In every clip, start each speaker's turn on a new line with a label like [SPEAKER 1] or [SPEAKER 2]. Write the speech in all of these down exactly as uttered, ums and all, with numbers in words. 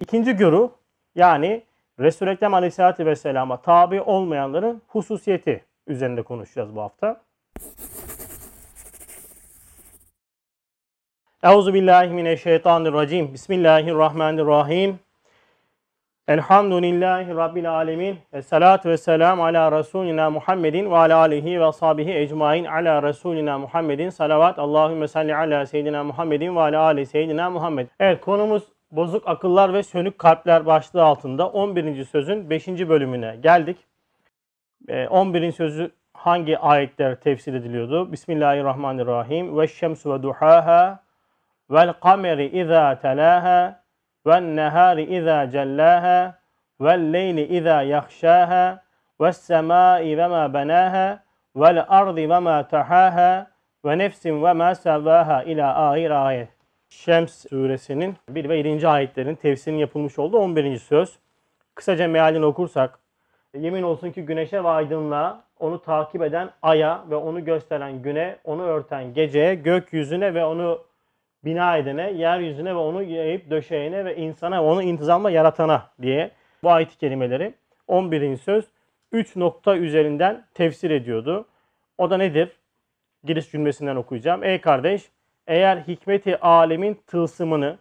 [SPEAKER 1] İkinci güruh, yani Resul-i Ekrem Aleyhisselatü Vesselam'a tabi olmayanların hususiyeti üzerinde konuşacağız bu hafta. Euzubillahimineşşeytanirracim. Bismillahirrahmanirrahim. Elhamdülillahi Rabbil alemin. Esselatu vesselam ala Resulina Muhammedin ve ala alihi ve ashabihi ecmain ala Resulina Muhammedin. Salavat. Allahümme salli ala seyyidina Muhammedin ve ala ali seyyidina Muhammed. Evet, konumuz bozuk akıllar ve sönük kalpler başlığı altında on birinci sözün beşinci bölümüne geldik. on birinci sözü hangi ayetler tefsir ediliyordu? Bismillahirrahmanirrahim. Veşşemsu ve duhaha vel kameri izâ telâha ven nehâri izâ cellâha vel leyli izâ yahşâha ves semâi ve mâ benâha vel ardi ve mâ tahâha ve nefsin ve mâ sevvâha ila ahir ayet. Şems suresinin bir ve yedinci ayetlerin tefsirinin yapılmış olduğu on birinci söz. Kısaca mealini okursak, yemin olsun ki güneşe ve aydınlığa, onu takip eden aya ve onu gösteren güne, onu örten geceye, gökyüzüne ve onu bina edene, yeryüzüne ve onu yayıp döşeyene ve insana ve onu intizamla yaratana diye bu ayet-i kerimeleri on birinci söz üç nokta üzerinden tefsir ediyordu. O da nedir? Giriş cümlesinden okuyacağım. Ey kardeş, eğer hikmeti alemin tılsımını,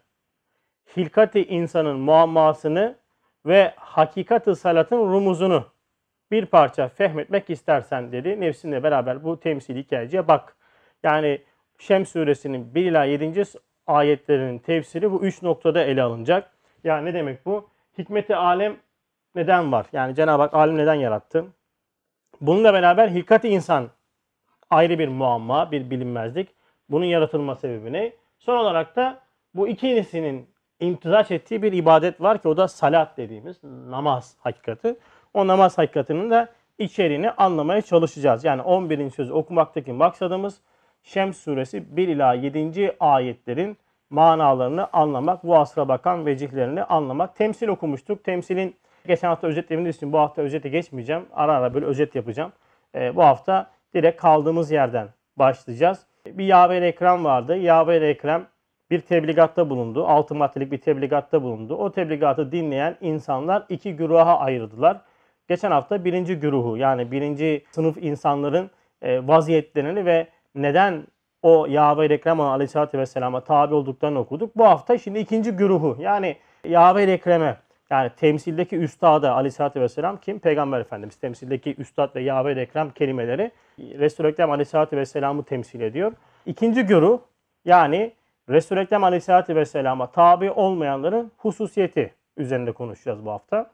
[SPEAKER 1] hilkati insanın muammasını ve hakikati salatın rumuzunu bir parça fehmetmek istersen dedi. Nefsinle beraber bu temsili hikayeciye bak. Yani Şems suresinin bir ila yedinci ayetlerinin tefsiri bu üç noktada ele alınacak. Yani ne demek bu? Hikmeti alem neden var? Yani Cenab-ı Hak alem neden yarattı? Bununla beraber hilkati insan ayrı bir muamma, bir bilinmezlik. Bunun yaratılma sebebi ne? Son olarak da bu ikilisinin imtizaç ettiği bir ibadet var ki o da salat dediğimiz namaz hakikati. O namaz hakikatinin de içeriğini anlamaya çalışacağız. Yani on birinci sözü okumaktaki maksadımız Şems suresi bir ila yedinci ayetlerin manalarını anlamak, bu asra bakan vecihlerini anlamak. Temsil okumuştuk. Temsilin geçen hafta özetlemeniz için bu hafta özete geçmeyeceğim. Ara ara böyle özet yapacağım. Ee, bu hafta direkt kaldığımız yerden başlayacağız. Bir Yâve-i Ekrem vardı. Yâve-i Ekrem bir tebligatta bulundu. Altı maddelik bir tebligatta bulundu. O tebligatı dinleyen insanlar iki güruha ayrıldılar. Geçen hafta birinci güruhu, yani birinci sınıf insanların vaziyetlerini ve neden o Yâve-i Ekrem Aleyhisselatü Vesselam'a tabi olduklarını okuduk. Bu hafta şimdi ikinci güruhu, yani Yâve-i Ekrem'e, yani temsildeki üstadı Aleyhisselatü Vesselam kim? Peygamber Efendimiz. Temsildeki üstad ve Yâve-i Ekrem kelimeleri Resul-i Ekrem Aleyhisselatü Vesselam'ı temsil ediyor. İkinci güruh, yani Resul-i Ekrem Aleyhisselatü Vesselam'a tabi olmayanların hususiyeti üzerinde konuşacağız bu hafta.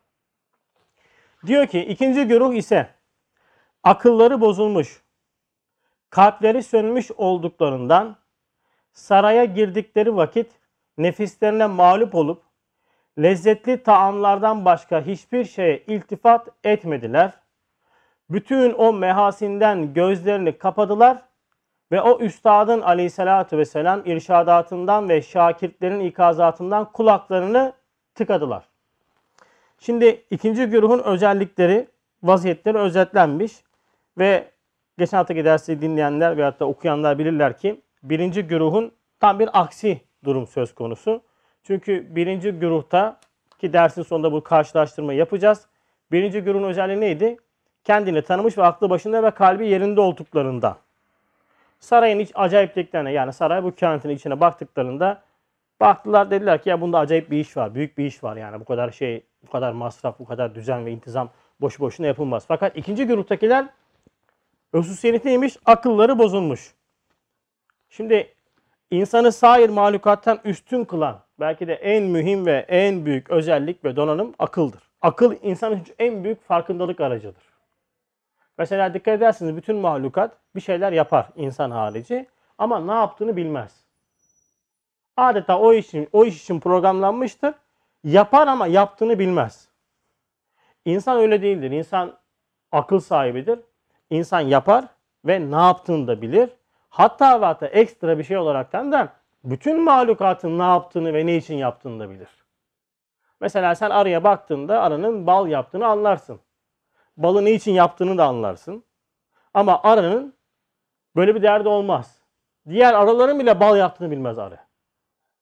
[SPEAKER 1] Diyor ki ikinci güruh ise akılları bozulmuş, kalpleri sönmüş olduklarından saraya girdikleri vakit nefislerine mağlup olup lezzetli taamlardan başka hiçbir şeye iltifat etmediler. Bütün o mehasinden gözlerini kapadılar ve o üstadın aleyhissalatü vesselam irşadatından ve şakirtlerin ikazatından kulaklarını tıkadılar. Şimdi ikinci güruhun özellikleri, vaziyetleri özetlenmiş ve geçen haftaki dersi dinleyenler veyahut da okuyanlar bilirler ki birinci güruhun tam bir aksi durum söz konusu. Çünkü birinci güruhta ki dersin sonunda bu karşılaştırmayı yapacağız. Birinci güruhun özelliği neydi? Kendini tanımış ve aklı başında ve kalbi yerinde olduklarında. Sarayın iç acayipliklerine, yani saray bu kainatın içine baktıklarında baktılar, dediler ki ya bunda acayip bir iş var, büyük bir iş var, yani bu kadar şey, bu kadar masraf, bu kadar düzen ve intizam boşu boşuna yapılmaz. Fakat ikinci güruhtakiler hususiyeti neymiş? Akılları bozulmuş. Şimdi insanı sair mahlukattan üstün kılan belki de en mühim ve en büyük özellik ve donanım akıldır. Akıl insan için en büyük farkındalık aracıdır. Mesela dikkat ederseniz bütün mahlukat bir şeyler yapar insan harici ama ne yaptığını bilmez. Adeta o işin o iş için programlanmıştır. Yapar ama yaptığını bilmez. İnsan öyle değildir. İnsan akıl sahibidir. İnsan yapar ve ne yaptığını da bilir. Hatta ve hatta ekstra bir şey olaraktan da bütün mahlukatın ne yaptığını ve ne için yaptığını da bilir. Mesela sen arıya baktığında arının bal yaptığını anlarsın. Balı ne için yaptığını da anlarsın. Ama arının böyle bir derdi olmaz. Diğer arıların bile bal yaptığını bilmez arı.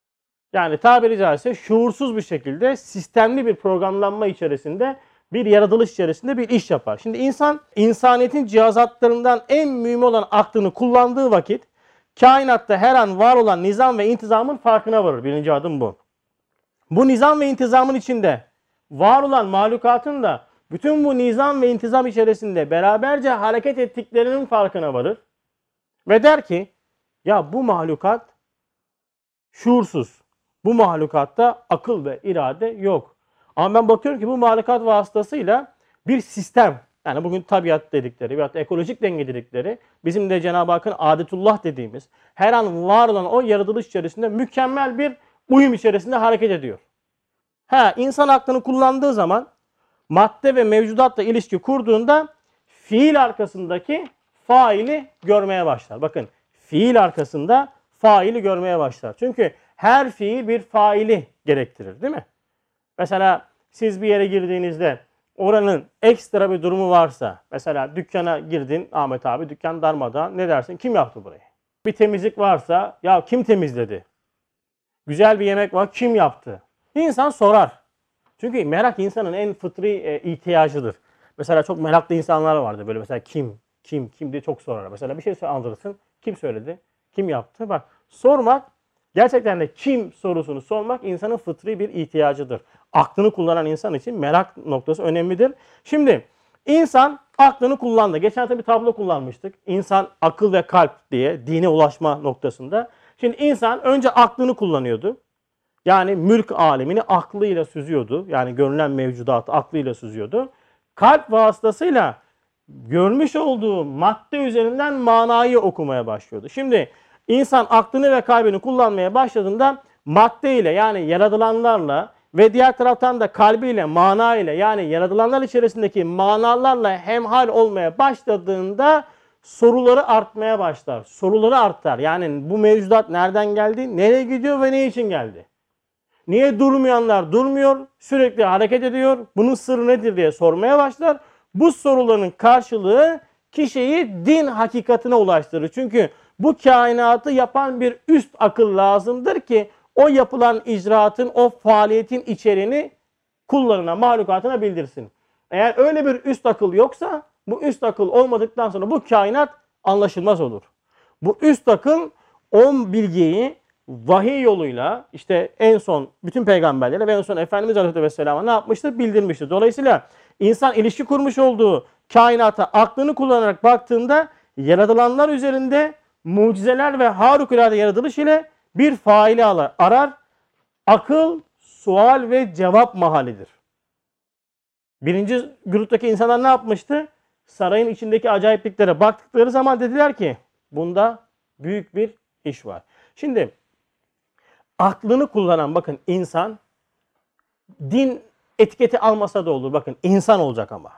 [SPEAKER 1] Yani tabiri caizse şuursuz bir şekilde sistemli bir programlanma içerisinde bir yaratılış içerisinde bir iş yapar. Şimdi insan insaniyetin cihazatlarından en mühim olan aklını kullandığı vakit kainatta her an var olan nizam ve intizamın farkına varır. Birinci adım bu. Bu nizam ve intizamın içinde var olan mahlukatın da bütün bu nizam ve intizam içerisinde beraberce hareket ettiklerinin farkına varır. Ve der ki ya bu mahlukat şuursuz. Bu mahlukatta akıl ve irade yok. Ama ben bakıyorum ki bu mahlukat vasıtasıyla bir sistem, yani bugün tabiat dedikleri veyahut ekolojik denge dedikleri, bizim de Cenab-ı Hakk'ın adetullah dediğimiz her an var olan o yaratılış içerisinde mükemmel bir uyum içerisinde hareket ediyor. Ha, insan aklını kullandığı zaman madde ve mevcudatla ilişki kurduğunda fiil arkasındaki faili görmeye başlar. Bakın, fiil arkasında faili görmeye başlar. Çünkü her fiil bir faili gerektirir, değil mi? Mesela siz bir yere girdiğinizde oranın ekstra bir durumu varsa, mesela dükkana girdin Ahmet abi, dükkan darmadağın, ne dersin? Kim yaptı burayı? Bir temizlik varsa, ya kim temizledi? Güzel bir yemek var, kim yaptı? İnsan sorar. Çünkü merak insanın en fıtri e, ihtiyacıdır. Mesela çok meraklı insanlar vardır böyle, mesela kim, kim, kim diye çok sorar. Mesela bir şey anlatırsın, kim söyledi, kim yaptı? Bak, sormak, gerçekten de kim sorusunu sormak insanın fıtri bir ihtiyacıdır. Aklını kullanan insan için merak noktası önemlidir. Şimdi insan aklını kullandı. Geçen hafta bir tablo kullanmıştık. İnsan, akıl ve kalp diye dine ulaşma noktasında. Şimdi insan önce aklını kullanıyordu. Yani mülk alemini aklıyla süzüyordu. Yani görünen mevcudatı aklıyla süzüyordu. Kalp vasıtasıyla görmüş olduğu madde üzerinden manayı okumaya başlıyordu. Şimdi insan aklını ve kalbini kullanmaya başladığında madde ile, yani yaratılanlarla ve diğer taraftan da kalbiyle, mana ile, yani yaratılanlar içerisindeki manalarla hemhal olmaya başladığında soruları artmaya başlar. Soruları artar. Yani bu mevcudat nereden geldi, nereye gidiyor ve ne için geldi? Niye durmayanlar durmuyor, sürekli hareket ediyor, bunun sırrı nedir diye sormaya başlar. Bu soruların karşılığı kişiyi din hakikatine ulaştırır. Çünkü bu kainatı yapan bir üst akıl lazımdır ki o yapılan icraatın, o faaliyetin içeriğini kullarına, mahlukatına bildirsin. Eğer öyle bir üst akıl yoksa, bu üst akıl olmadıktan sonra bu kainat anlaşılmaz olur. Bu üst akıl o bilgiyi vahiy yoluyla, işte en son bütün peygamberlere ve en son Efendimiz Aleyhisselam'a ne yapmıştır? Bildirmiştir. Dolayısıyla insan ilişki kurmuş olduğu kainata aklını kullanarak baktığında yaratılanlar üzerinde mucizeler ve harikulade yaratılış ile bir faili arar. Akıl, sual ve cevap mahallidir. Birinci gruptaki insanlar ne yapmıştı? Sarayın içindeki acayipliklere baktıkları zaman dediler ki bunda büyük bir iş var. Şimdi aklını kullanan, bakın, insan din etiketi almasa da olur. Bakın, insan olacak ama.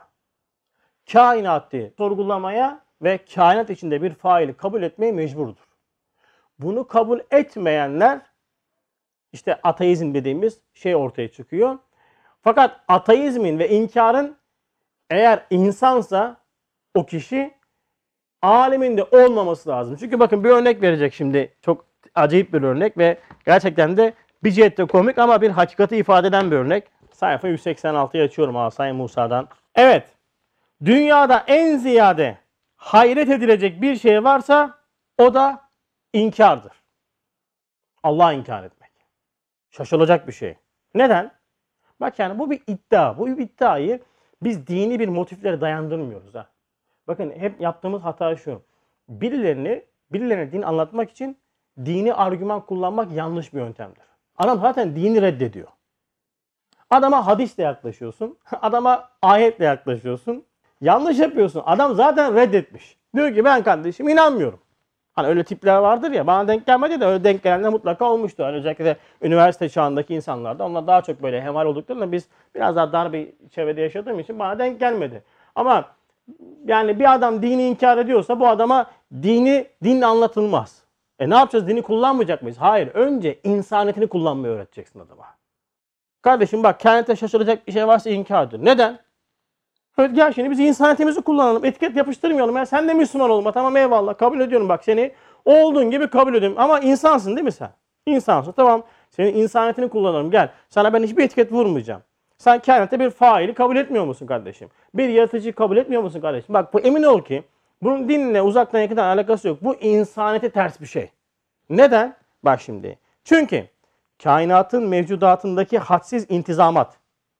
[SPEAKER 1] Kainatı sorgulamaya ve kainat içinde bir faili kabul etmeye mecburdur. Bunu kabul etmeyenler, işte ateizm dediğimiz şey ortaya çıkıyor. Fakat ateizmin ve inkarın, eğer insansa o kişi aleminde olmaması lazım. Çünkü bakın, bir örnek verecek şimdi. Çok acayip bir örnek ve gerçekten de bir cihette komik ama bir hakikati ifade eden bir örnek. Sayfa yüz seksen altıyı açıyorum Asay Musa'dan. Evet, dünyada en ziyade hayret edilecek bir şey varsa o da inkardır. Allah'ı inkar etmek. Şaşılacak bir şey. Neden? Bak, yani bu bir iddia. Bu bir iddiayı biz dini bir motiflere dayandırmıyoruz. Ha. Bakın, hep yaptığımız hata şu. Birilerini, birilerine din anlatmak için dini argüman kullanmak yanlış bir yöntemdir. Adam zaten dini reddediyor. Adama hadisle yaklaşıyorsun. Adama ayetle yaklaşıyorsun. Yanlış yapıyorsun. Adam zaten reddetmiş. Diyor ki ben kardeşim inanmıyorum. Hani öyle tipler vardır ya, bana denk gelmedi de öyle denk gelenler mutlaka olmuştu. Yani özellikle de üniversite çağındaki insanlarda, onlar daha çok böyle hemhal olduklarında biz biraz daha dar bir çevrede yaşadığım için bana denk gelmedi. Ama yani bir adam dini inkar ediyorsa bu adama dini dinle anlatılmaz. E ne yapacağız? Dini kullanmayacak mıyız? Hayır. Önce insaniyetini kullanmayı öğreteceksin adama. Kardeşim bak, kainatta şaşıracak bir şey varsa inkardır. Neden? Evet, gel şimdi biz insaniyetimizi kullanalım. Etiket yapıştırmayalım. Ya sen de Müslüman olma. Tamam, eyvallah. Kabul ediyorum bak seni. Olduğun gibi kabul ediyorum. Ama insansın değil mi sen? İnsansın. Tamam. Senin insaniyetini kullanırım. Gel. Sana ben hiçbir etiket vurmayacağım. Sen kainatta bir faili kabul etmiyor musun kardeşim? Bir yaratıcıyı kabul etmiyor musun kardeşim? Bak bu emin ol ki bunun dinle uzaktan yakından alakası yok. Bu insaniyete ters bir şey. Neden? Bak şimdi. Çünkü kainatın mevcudatındaki hadsiz intizamat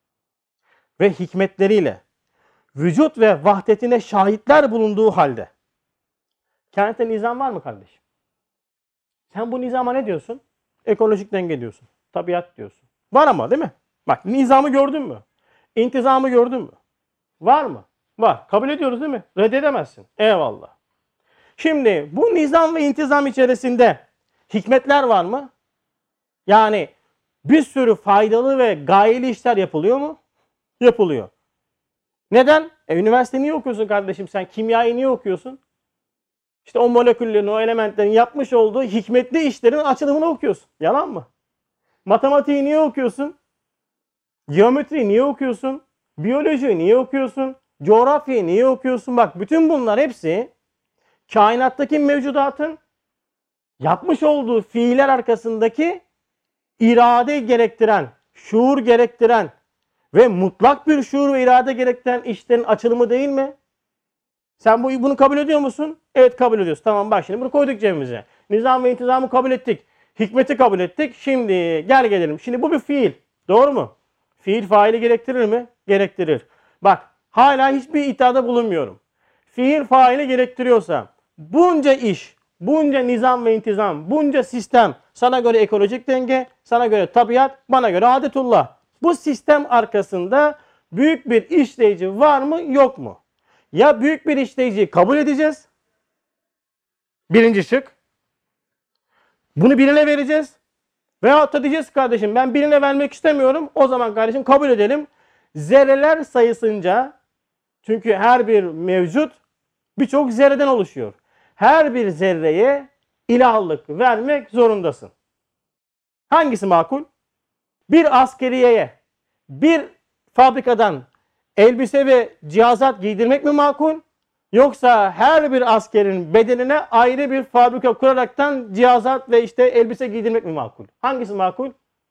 [SPEAKER 1] ve hikmetleriyle vücut ve vahdetine şahitler bulunduğu halde kainatta nizam var mı kardeşim? Sen bu nizama ne diyorsun? Ekolojik denge diyorsun. Tabiat diyorsun. Var ama değil mi? Bak nizamı gördün mü? İntizamı gördün mü? Var mı? Var. Kabul ediyoruz değil mi? Reddedemezsin. Eyvallah. Şimdi bu nizam ve intizam içerisinde hikmetler var mı? Yani bir sürü faydalı ve gayeli işler yapılıyor mu? Yapılıyor. Neden? E, üniversite niye okuyorsun kardeşim sen? Kimyayı niye okuyorsun? İşte o moleküllerin, o elementlerin yapmış olduğu hikmetli işlerin açılımını okuyorsun. Yalan mı? Matematiği niye okuyorsun? Geometriyi niye okuyorsun? Biyolojiyi niye okuyorsun? Coğrafyayı niye okuyorsun? Bak bütün bunlar hepsi kainattaki mevcudatın yapmış olduğu fiiller arkasındaki irade gerektiren, şuur gerektiren ve mutlak bir şuur ve irade gerektiren işlerin açılımı değil mi? Sen bu, bunu kabul ediyor musun? Evet kabul ediyoruz. Tamam bak şimdi bunu koyduk cebimize. Nizam ve intizamı kabul ettik. Hikmeti kabul ettik. Şimdi gel gelelim. Şimdi bu bir fiil. Doğru mu? Fiil faili gerektirir mi? Gerektirir. Bak hala hiçbir iddiada bulunmuyorum. Fiil faili gerektiriyorsa bunca iş, bunca nizam ve intizam, bunca sistem sana göre ekolojik denge, sana göre tabiat, bana göre adetullah. Bu sistem arkasında büyük bir işleyici var mı yok mu? Ya büyük bir işleyiciyi kabul edeceğiz. Birinci şık. Bunu birine vereceğiz. Veyahut da diyeceğiz kardeşim ben birine vermek istemiyorum. O zaman kardeşim kabul edelim. Zerreler sayısınca çünkü her bir mevcut birçok zerreden oluşuyor. Her bir zerreye ilahlık vermek zorundasın. Hangisi makul? Bir askeriyeye bir fabrikadan elbise ve cihazat giydirmek mi makul? Yoksa her bir askerin bedenine ayrı bir fabrika kuraraktan cihazat ve işte elbise giydirmek mi makul? Hangisi makul?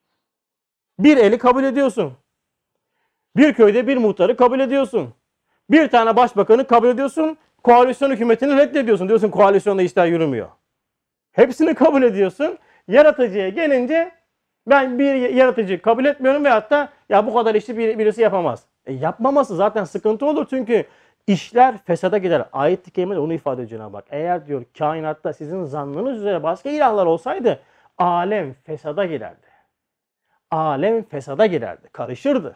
[SPEAKER 1] Bir eli kabul ediyorsun. Bir köyde bir muhtarı kabul ediyorsun. Bir tane başbakanı kabul ediyorsun. Koalisyon hükümetini reddediyorsun. Diyorsun koalisyonda işler yürümüyor. Hepsini kabul ediyorsun. Yaratıcıya gelince ben bir yaratıcıyı kabul etmiyorum ve hatta ya bu kadar işi bir, birisi yapamaz. E yapmaması zaten sıkıntı olur çünkü işler fesada gider. Ayet-i kerimede onu ifade ediyor Cenab-ı Hak. Eğer diyor kainatta sizin zannınız üzere başka ilahlar olsaydı alem fesada girerdi. Alem fesada girerdi. Karışırdı.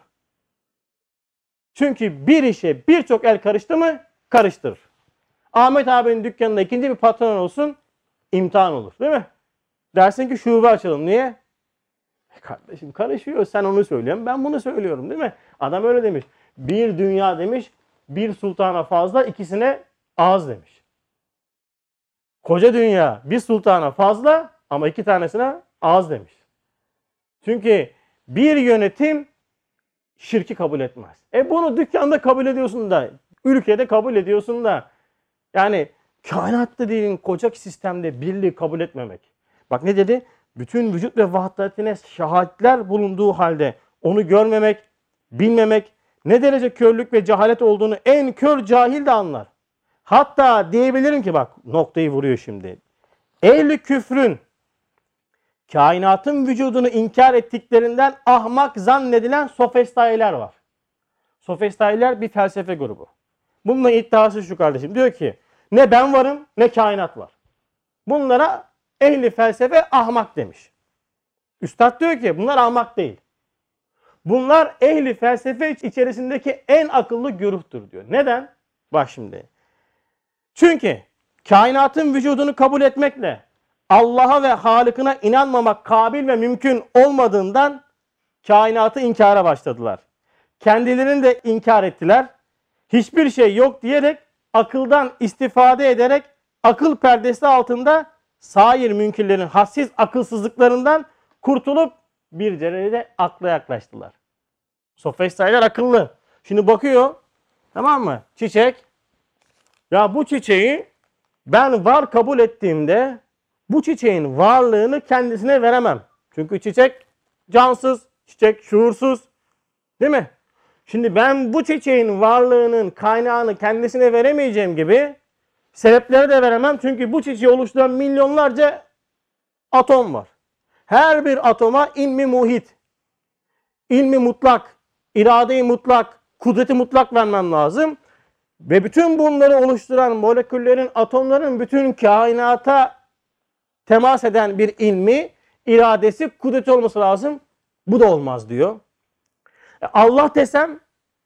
[SPEAKER 1] Çünkü bir işe birçok el karıştı mı karıştırır. Ahmet abinin dükkanında ikinci bir patron olsun imtihan olur değil mi? Dersin ki şube açalım. Niye? E kardeşim karışıyor. Sen onu söylüyorsun. Ben bunu söylüyorum değil mi? Adam öyle demiş. Bir dünya demiş. Bir sultana fazla ikisine az demiş. Koca dünya bir sultana fazla ama iki tanesine az demiş. Çünkü bir yönetim şirki kabul etmez. E bunu dükkanda kabul ediyorsun da, ülkede kabul ediyorsun da, yani kainat dediğin koca sistemde birliği kabul etmemek. Bak ne dedi? Bütün vücut ve vahdetine şahitler bulunduğu halde onu görmemek, bilmemek ne derece körlük ve cehalet olduğunu en kör cahil de anlar. Hatta diyebilirim ki bak noktayı vuruyor şimdi. Ehli küfrün kainatın vücudunu inkar ettiklerinden ahmak zannedilen sofistailer var. Sofistailer bir felsefe grubu. Bunun iddiası şu kardeşim. Diyor ki ne ben varım ne kainat var. Bunlara ehli felsefe ahmak demiş. Üstad diyor ki bunlar ahmak değil. Bunlar ehli felsefe içerisindeki en akıllı güruhtur diyor. Neden? Bak şimdi. Çünkü kainatın vücudunu kabul etmekle Allah'a ve Halık'ına inanmamak kabil ve mümkün olmadığından kainatı inkara başladılar. Kendilerini de inkar ettiler. Hiçbir şey yok diyerek akıldan istifade ederek akıl perdesi altında sair münkirlerin hassiz akılsızlıklarından kurtulup bir derecede akla yaklaştılar. Sofistailer akıllı. Şimdi bakıyor, tamam mı? Çiçek. Ya bu çiçeği ben var kabul ettiğimde bu çiçeğin varlığını kendisine veremem. Çünkü çiçek cansız, çiçek şuursuz. Değil mi? Şimdi ben bu çiçeğin varlığının kaynağını kendisine veremeyeceğim gibi sebepleri de veremem. Çünkü bu çiçeği oluşturan milyonlarca atom var. Her bir atoma ilmi muhit, ilmi mutlak, irade-i mutlak, kudreti mutlak vermem lazım. Ve bütün bunları oluşturan moleküllerin, atomların bütün kainata temas eden bir ilmi, iradesi, kudreti olması lazım. Bu da olmaz diyor. Allah desem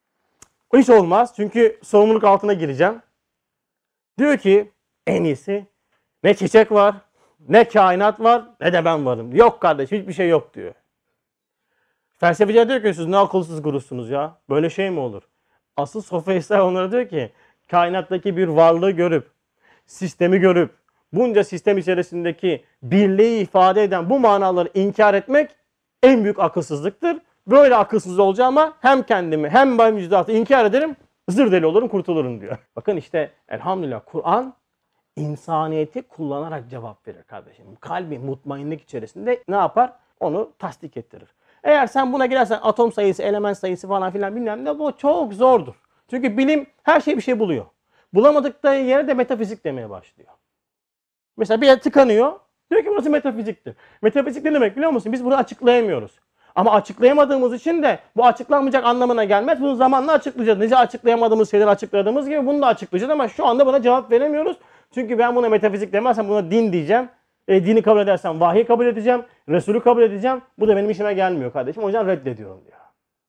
[SPEAKER 1] hiç olmaz. Çünkü sorumluluk altına gireceğim. Diyor ki en iyisi ne çiçek var, ne kainat var, ne de ben varım. Yok kardeş, hiçbir şey yok diyor. Felsefeciler diyor ki siz ne akılsız gurusunuz ya. Böyle şey mi olur? Asıl sofistler onlara diyor ki kainattaki bir varlığı görüp, sistemi görüp, bunca sistem içerisindeki birliği ifade eden bu manaları inkar etmek en büyük akılsızlıktır. Böyle akılsız olacağıma hem kendimi hem ben müjdatı inkar ederim, zır deli olurum, kurtulurum diyor. Bakın işte elhamdülillah Kur'an insaniyeti kullanarak cevap verir kardeşim. Kalbi mutmainlik içerisinde ne yapar? Onu tasdik ettirir. Eğer sen buna girersen atom sayısı, element sayısı falan filan bilmem ne, bu çok zordur. Çünkü bilim her şey bir şey buluyor. Bulamadıkları yere de metafizik demeye başlıyor. Mesela bir yer tıkanıyor. Diyor ki burası metafiziktir. Metafizik ne demek biliyor musun? Biz bunu açıklayamıyoruz. Ama açıklayamadığımız için de bu açıklanmayacak anlamına gelmez. Bunu zamanla açıklayacağız. Nece açıklayamadığımız şeyleri açıkladığımız gibi bunu da açıklayacağız ama şu anda buna cevap veremiyoruz. Çünkü ben buna metafizik demezsem buna din diyeceğim. E, dini kabul edersem vahiy kabul edeceğim. Resulü kabul edeceğim. Bu da benim işime gelmiyor kardeşim. O yüzden reddediyorum diyor.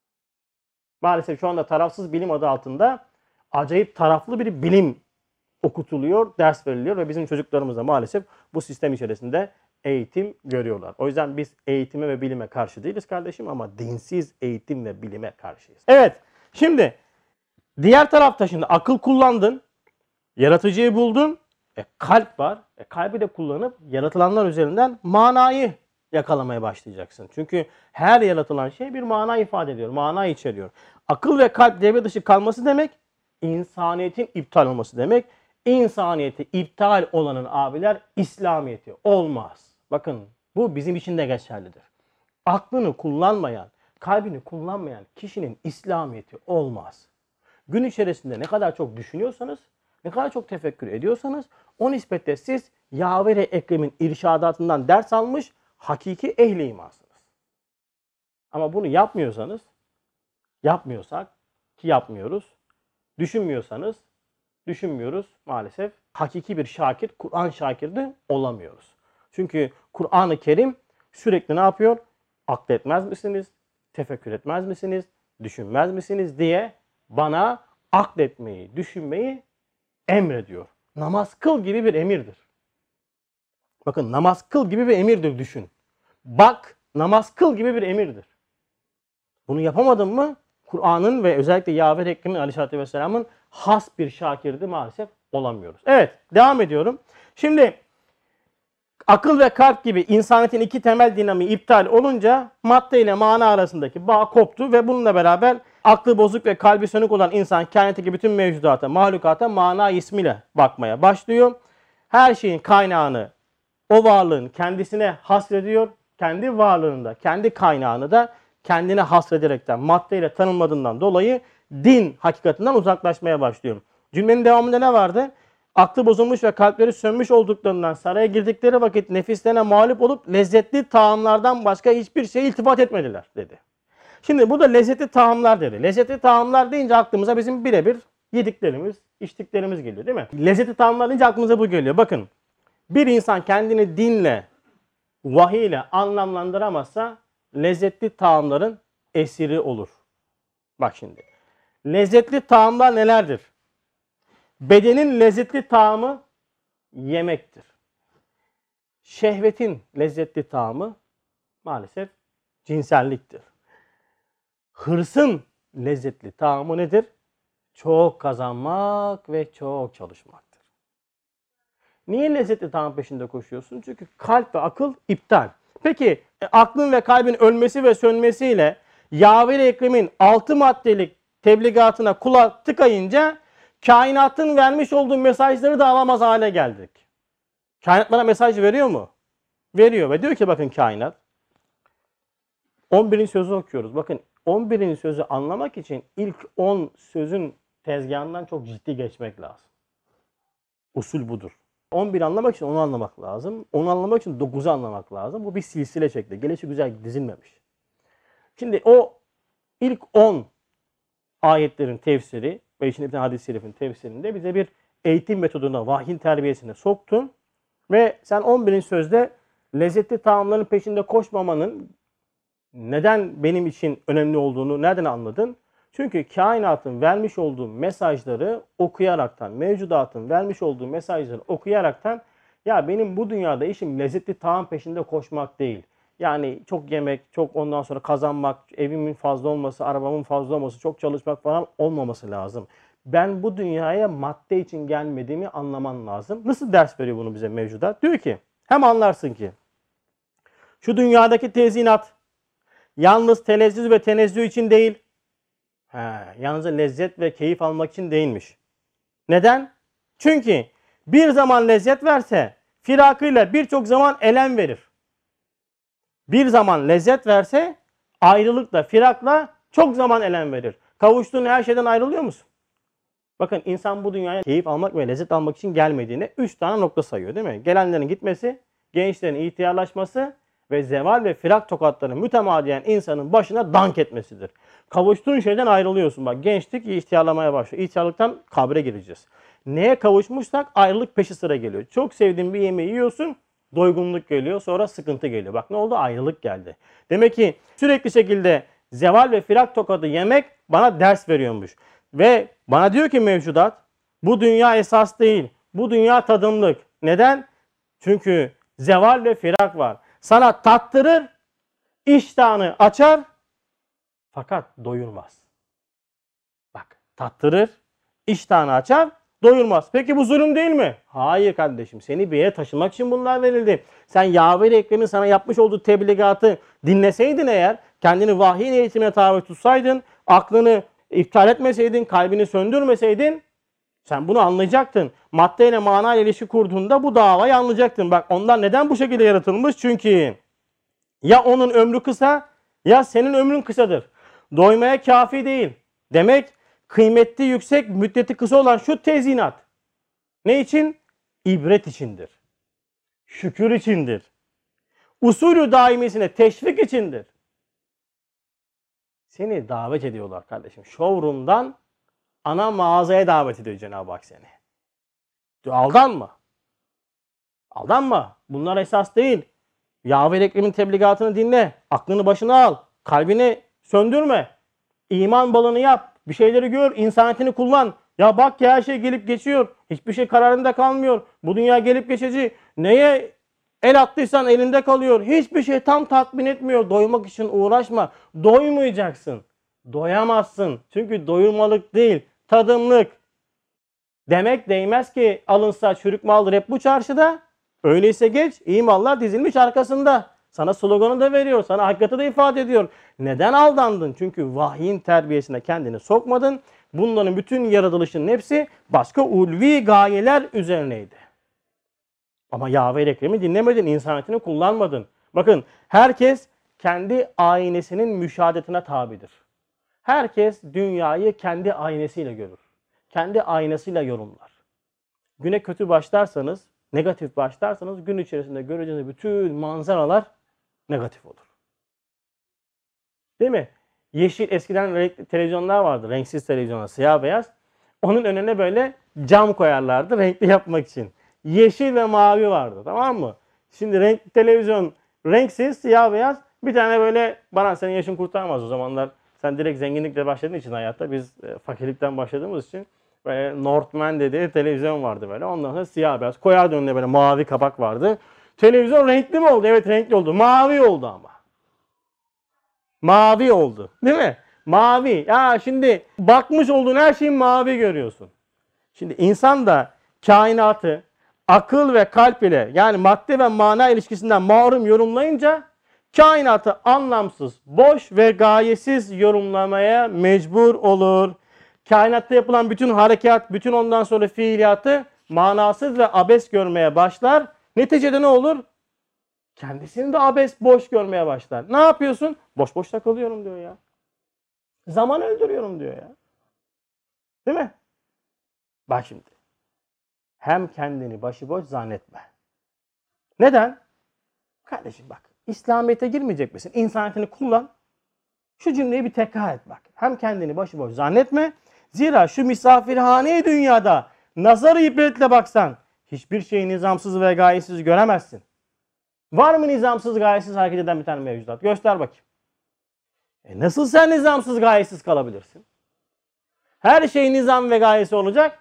[SPEAKER 1] Maalesef şu anda tarafsız bilim adı altında acayip taraflı bir bilim okutuluyor, ders veriliyor ve bizim çocuklarımız da maalesef bu sistem içerisinde eğitim görüyorlar. O yüzden biz eğitime ve bilime karşı değiliz kardeşim ama dinsiz eğitim ve bilime karşıyız. Evet, şimdi diğer tarafta şimdi akıl kullandın, yaratıcıyı buldun, e, kalp var. E, kalbi de kullanıp yaratılanlar üzerinden manayı yakalamaya başlayacaksın. Çünkü her yaratılan şey bir mana ifade ediyor, mana içeriyor. Akıl ve kalp devre dışı kalması demek, insaniyetin iptal olması demek. İnsaniyeti iptal olanın abiler İslamiyeti olmaz. Bakın bu bizim için de geçerlidir. Aklını kullanmayan, kalbini kullanmayan kişinin İslamiyeti olmaz. Gün içerisinde ne kadar çok düşünüyorsanız, ne kadar çok tefekkür ediyorsanız o nispetle siz Yâver-i Ekrem'in irşadatından ders almış hakiki ehli imansınız. Ama bunu yapmıyorsanız, yapmıyorsak ki yapmıyoruz, düşünmüyorsanız, düşünmüyoruz maalesef. Hakiki bir şakir, Kur'an şakiri olamıyoruz. Çünkü Kur'an-ı Kerim sürekli ne yapıyor? Akletmez misiniz? Tefekkür etmez misiniz? Düşünmez misiniz diye bana akletmeyi, düşünmeyi emrediyor. Namaz kıl gibi bir emirdir. Bakın namaz kıl gibi bir emirdir düşün. Bak namaz kıl gibi bir emirdir. Bunu yapamadın mı? Kur'an'ın ve özellikle Yâver-i Ekrem'in Aleyhisselatü Vesselam'ın has bir şakirdi maalesef olamıyoruz. Evet devam ediyorum. Şimdi akıl ve kalp gibi insaniyetin iki temel dinamiği iptal olunca madde ile mana arasındaki bağ koptu ve bununla beraber aklı bozuk ve kalbi sönük olan insan kainattaki bütün mevcudata, mahlukata mana ismiyle bakmaya başlıyor. Her şeyin kaynağını o varlığın kendisine hasrediyor. Kendi varlığında, kendi kaynağını da kendine hasrederekten, maddeyle tanımladığından dolayı din hakikatinden uzaklaşmaya başlıyor. Cümlenin devamında ne vardı? Aklı bozulmuş ve kalpleri sönmüş olduklarından saraya girdikleri vakit nefislerine mağlup olup lezzetli taamlardan başka hiçbir şeye iltifat etmediler dedi. Şimdi burada lezzetli taamlar dedi. Lezzetli taamlar deyince aklımıza bizim birebir yediklerimiz, içtiklerimiz geliyor değil mi? Lezzetli taamlar deyince aklımıza bu geliyor. Bakın bir insan kendini dinle, vahiy ile anlamlandıramazsa lezzetli taamların esiri olur. Bak şimdi. Lezzetli taamlar nelerdir? Bedenin lezzetli taamı yemektir. Şehvetin lezzetli taamı maalesef cinselliktir. Hırsın lezzetli taamı nedir? Çok kazanmak ve çok çalışmaktır. Niye lezzetli taam peşinde koşuyorsun? Çünkü kalp ve akıl iptal. Peki e, aklın ve kalbin ölmesi ve sönmesiyle Yâver-i Ekrem'in altı maddelik tebligatına kulak tıkayınca kainatın vermiş olduğu mesajları da alamaz hale geldik. Kainat bana mesaj veriyor mu? Veriyor ve diyor ki bakın kainat on birinci sözü okuyoruz. Bakın on birinci sözü anlamak için ilk on sözün tezgahından çok ciddi geçmek lazım. Usul budur. on bir anlamak için onu anlamak lazım. Onu anlamak için dokuzu anlamak lazım. Bu bir silsile şekli. Gelişi güzel dizilmemiş. Şimdi o ilk on ayetlerin tefsiri ve içinde bir tane hadis-i şerifin tefsirinde bize bir eğitim metoduna, vahyin terbiyesine soktun. Ve sen on birinci sözde lezzetli taamların peşinde koşmamanın neden benim için önemli olduğunu nereden anladın? Çünkü kainatın vermiş olduğu mesajları okuyaraktan, mevcudatın vermiş olduğu mesajları okuyaraktan ya benim bu dünyada işim lezzetli taam peşinde koşmak değil. Yani çok yemek, çok ondan sonra kazanmak, evimin fazla olması, arabamın fazla olması, çok çalışmak falan olmaması lazım. Ben bu dünyaya madde için gelmediğimi anlaman lazım. Nasıl ders veriyor bunu bize mevcudat? Diyor ki hem anlarsın ki şu dünyadaki tezyinat yalnız telezzüz ve tenezzül için değil. He, yalnız lezzet ve keyif almak için değilmiş. Neden? Çünkü bir zaman lezzet verse firakıyla birçok zaman elem verir. Bir zaman lezzet verse ayrılıkla, firakla çok zaman elem verir. Kavuştuğun her şeyden ayrılıyor musun? Bakın insan bu dünyaya keyif almak ve lezzet almak için gelmediğine üç tane nokta sayıyor değil mi? Gelenlerin gitmesi, gençlerin ihtiyarlaşması ve zeval ve firak tokatlarının mütemadiyen insanın başına dank etmesidir. Kavuştuğun şeyden ayrılıyorsun. Bak gençlik ihtiyarlamaya başlıyor. İhtiyarlıktan kabre gireceğiz. Neye kavuşmuşsak ayrılık peşi sıra geliyor. Çok sevdiğin bir yemeği yiyorsun, doygunluk geliyor, sonra sıkıntı geliyor. Bak ne oldu? Ayrılık geldi. Demek ki sürekli şekilde zeval ve firak tokadı yemek bana ders veriyormuş. Ve bana diyor ki mevcudat, bu dünya esas değil. Bu dünya tadımlık. Neden? Çünkü zeval ve firak var. Sana tattırır, iştahını açar, fakat doyurmaz. Bak tattırır, iştahını açar, doyurmaz. Peki bu zulüm değil mi? Hayır kardeşim. Seni bir yere taşımak için bunlar verildi. Sen Yahve ile Ekrem'in sana yapmış olduğu tebligatı dinleseydin eğer, kendini vahyin eğitimine tabi tutsaydın, aklını iptal etmeseydin, kalbini söndürmeseydin, sen bunu anlayacaktın. Madde ile mana ile ilişki kurduğunda bu davayı anlayacaktın. Bak onlar neden bu şekilde yaratılmış? Çünkü ya onun ömrü kısa ya senin ömrün kısadır. Doymaya kafi değil. Demek kıymeti yüksek, müddeti kısa olan şu tezyinat. Ne için? İbret içindir. Şükür içindir. Usulü daimesine teşvik içindir. Seni davet ediyorlar kardeşim. Showroom'dan ana mağazaya davet ediyor Cenab-ı Hak seni. Aldanma. Aldanma. Bunlar esas değil. Yahve Ekrem'in tebligatını dinle. Aklını başına al. Kalbini söndürme. İman balını yap. Bir şeyleri gör. İnsaniyetini kullan. Ya bak ki her şey gelip geçiyor. Hiçbir şey kararında kalmıyor. Bu dünya gelip geçici. Neye el attıysan elinde kalıyor. Hiçbir şey tam tatmin etmiyor. Doymak için uğraşma. Doymayacaksın. Doyamazsın. Çünkü doyurmalık değil. Tadımlık. Demek değmez ki alınsa çürük maldır hep bu çarşıda. Öyleyse geç. İyi mallar dizilmiş arkasında. Sana sloganı da veriyor. Sana hakikati de ifade ediyor. Neden aldandın? Çünkü vahyin terbiyesine kendini sokmadın. Bunların bütün yaratılışının hepsi başka ulvi gayeler üzerineydi. Ama Yahve Ekrem'i dinlemedin. İnsaniyetini kullanmadın. Bakın herkes kendi aynesinin müşahadetine tabidir. Herkes dünyayı kendi aynesiyle görür. Kendi aynasıyla yorumlar. Güne kötü başlarsanız, negatif başlarsanız gün içerisinde göreceğiniz bütün manzaralar negatif olur. Değil mi? Yeşil eskiden renkli televizyonlar vardı. Renksiz televizyonlar, siyah beyaz. Onun önüne böyle cam koyarlardı renkli yapmak için. Yeşil ve mavi vardı, tamam mı? Şimdi renkli televizyon renksiz, siyah beyaz. Bir tane böyle, bana senin yaşın kurtarmaz o zamanlar. Sen direkt zenginlikle başladığın için hayatta, biz fakirlikten başladığımız için böyle Northman dediği televizyon vardı böyle. Ondan sonra siyah beyaz. Koyardı önüne böyle mavi kapak vardı. Televizyon renkli mi oldu? Evet renkli oldu. Mavi oldu ama. Mavi oldu. Değil mi? Mavi. Ya şimdi bakmış olduğun her şeyi mavi görüyorsun. Şimdi insan da kainatı akıl ve kalp ile, yani madde ve mana ilişkisinden mahrum yorumlayınca kainatı anlamsız, boş ve gayesiz yorumlamaya mecbur olur. Kainatta yapılan bütün harekat, bütün ondan sonra fiiliyatı manasız ve abes görmeye başlar. Neticede ne olur? Kendisini de abes, boş görmeye başlar. Ne yapıyorsun? Boş boş takılıyorum diyor ya. Zaman öldürüyorum diyor ya. Değil mi? Bak şimdi. Hem kendini başıboş zannetme. Neden? Kardeşim bak. İslamiyet'e girmeyecek misin? İnsaniyetini kullan. Şu cümleyi bir tekrar et bak. Hem kendini başıboş zannetme. Zira şu misafirhane dünyada nazar-ı ibretle baksan hiçbir şeyi nizamsız ve gayesiz göremezsin. Var mı nizamsız gayesiz hareket eden bir tane mevcudat? Göster bakayım. E nasıl sen nizamsız gayesiz kalabilirsin? Her şey nizam ve gayesi olacak.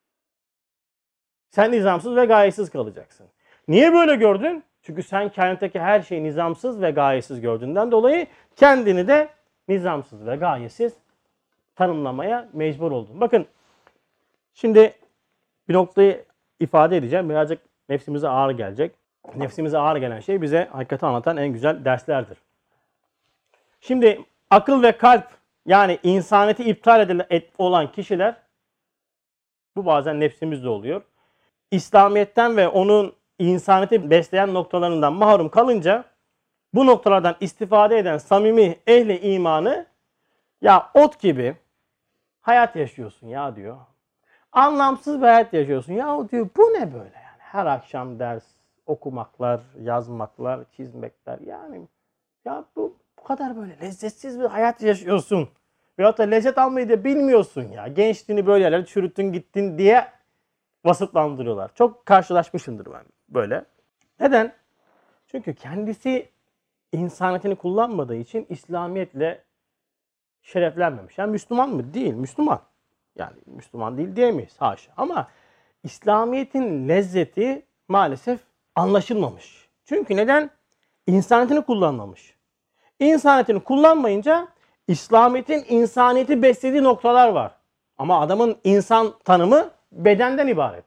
[SPEAKER 1] Sen nizamsız ve gayesiz kalacaksın. Niye böyle gördün? Çünkü sen kainattaki her şeyi nizamsız ve gayesiz gördüğünden dolayı kendini de nizamsız ve gayesiz tanımlamaya mecbur oldun. Bakın şimdi bir noktayı ifade edeceğim. Birazcık nefsimize ağır gelecek. Nefsimize ağır gelen şey bize hakikati anlatan en güzel derslerdir. Şimdi akıl ve kalp yani insaniyeti iptal edilen olan kişiler bu bazen nefsimizde oluyor. İslamiyet'ten ve onun insaniyeti besleyen noktalarından mahrum kalınca bu noktalardan istifade eden samimi ehli imanı ya ot gibi hayat yaşıyorsun ya diyor. Anlamsız bir hayat yaşıyorsun. Ya diyor bu ne böyle yani? Her akşam ders okumaklar, yazmaklar, çizmekler yani ya bu, bu kadar böyle lezzetsiz bir hayat yaşıyorsun. Veyahut da lezzet almayı da bilmiyorsun ya. Gençliğini böyle yerlere çürüttün gittin diye vasıflandırıyorlar. Çok karşılaşmışımdır ben böyle. Neden? Çünkü kendisi insaniyetini kullanmadığı için İslamiyetle şereflenmemiş. Yani Müslüman mı? Değil. Müslüman. Yani Müslüman değil diyemeyiz. Haşa. Ama İslamiyet'in lezzeti maalesef anlaşılmamış. Çünkü neden? İnsaniyetini kullanmamış. İnsaniyetini kullanmayınca İslamiyet'in insaniyeti beslediği noktalar var. Ama adamın insan tanımı bedenden ibaret.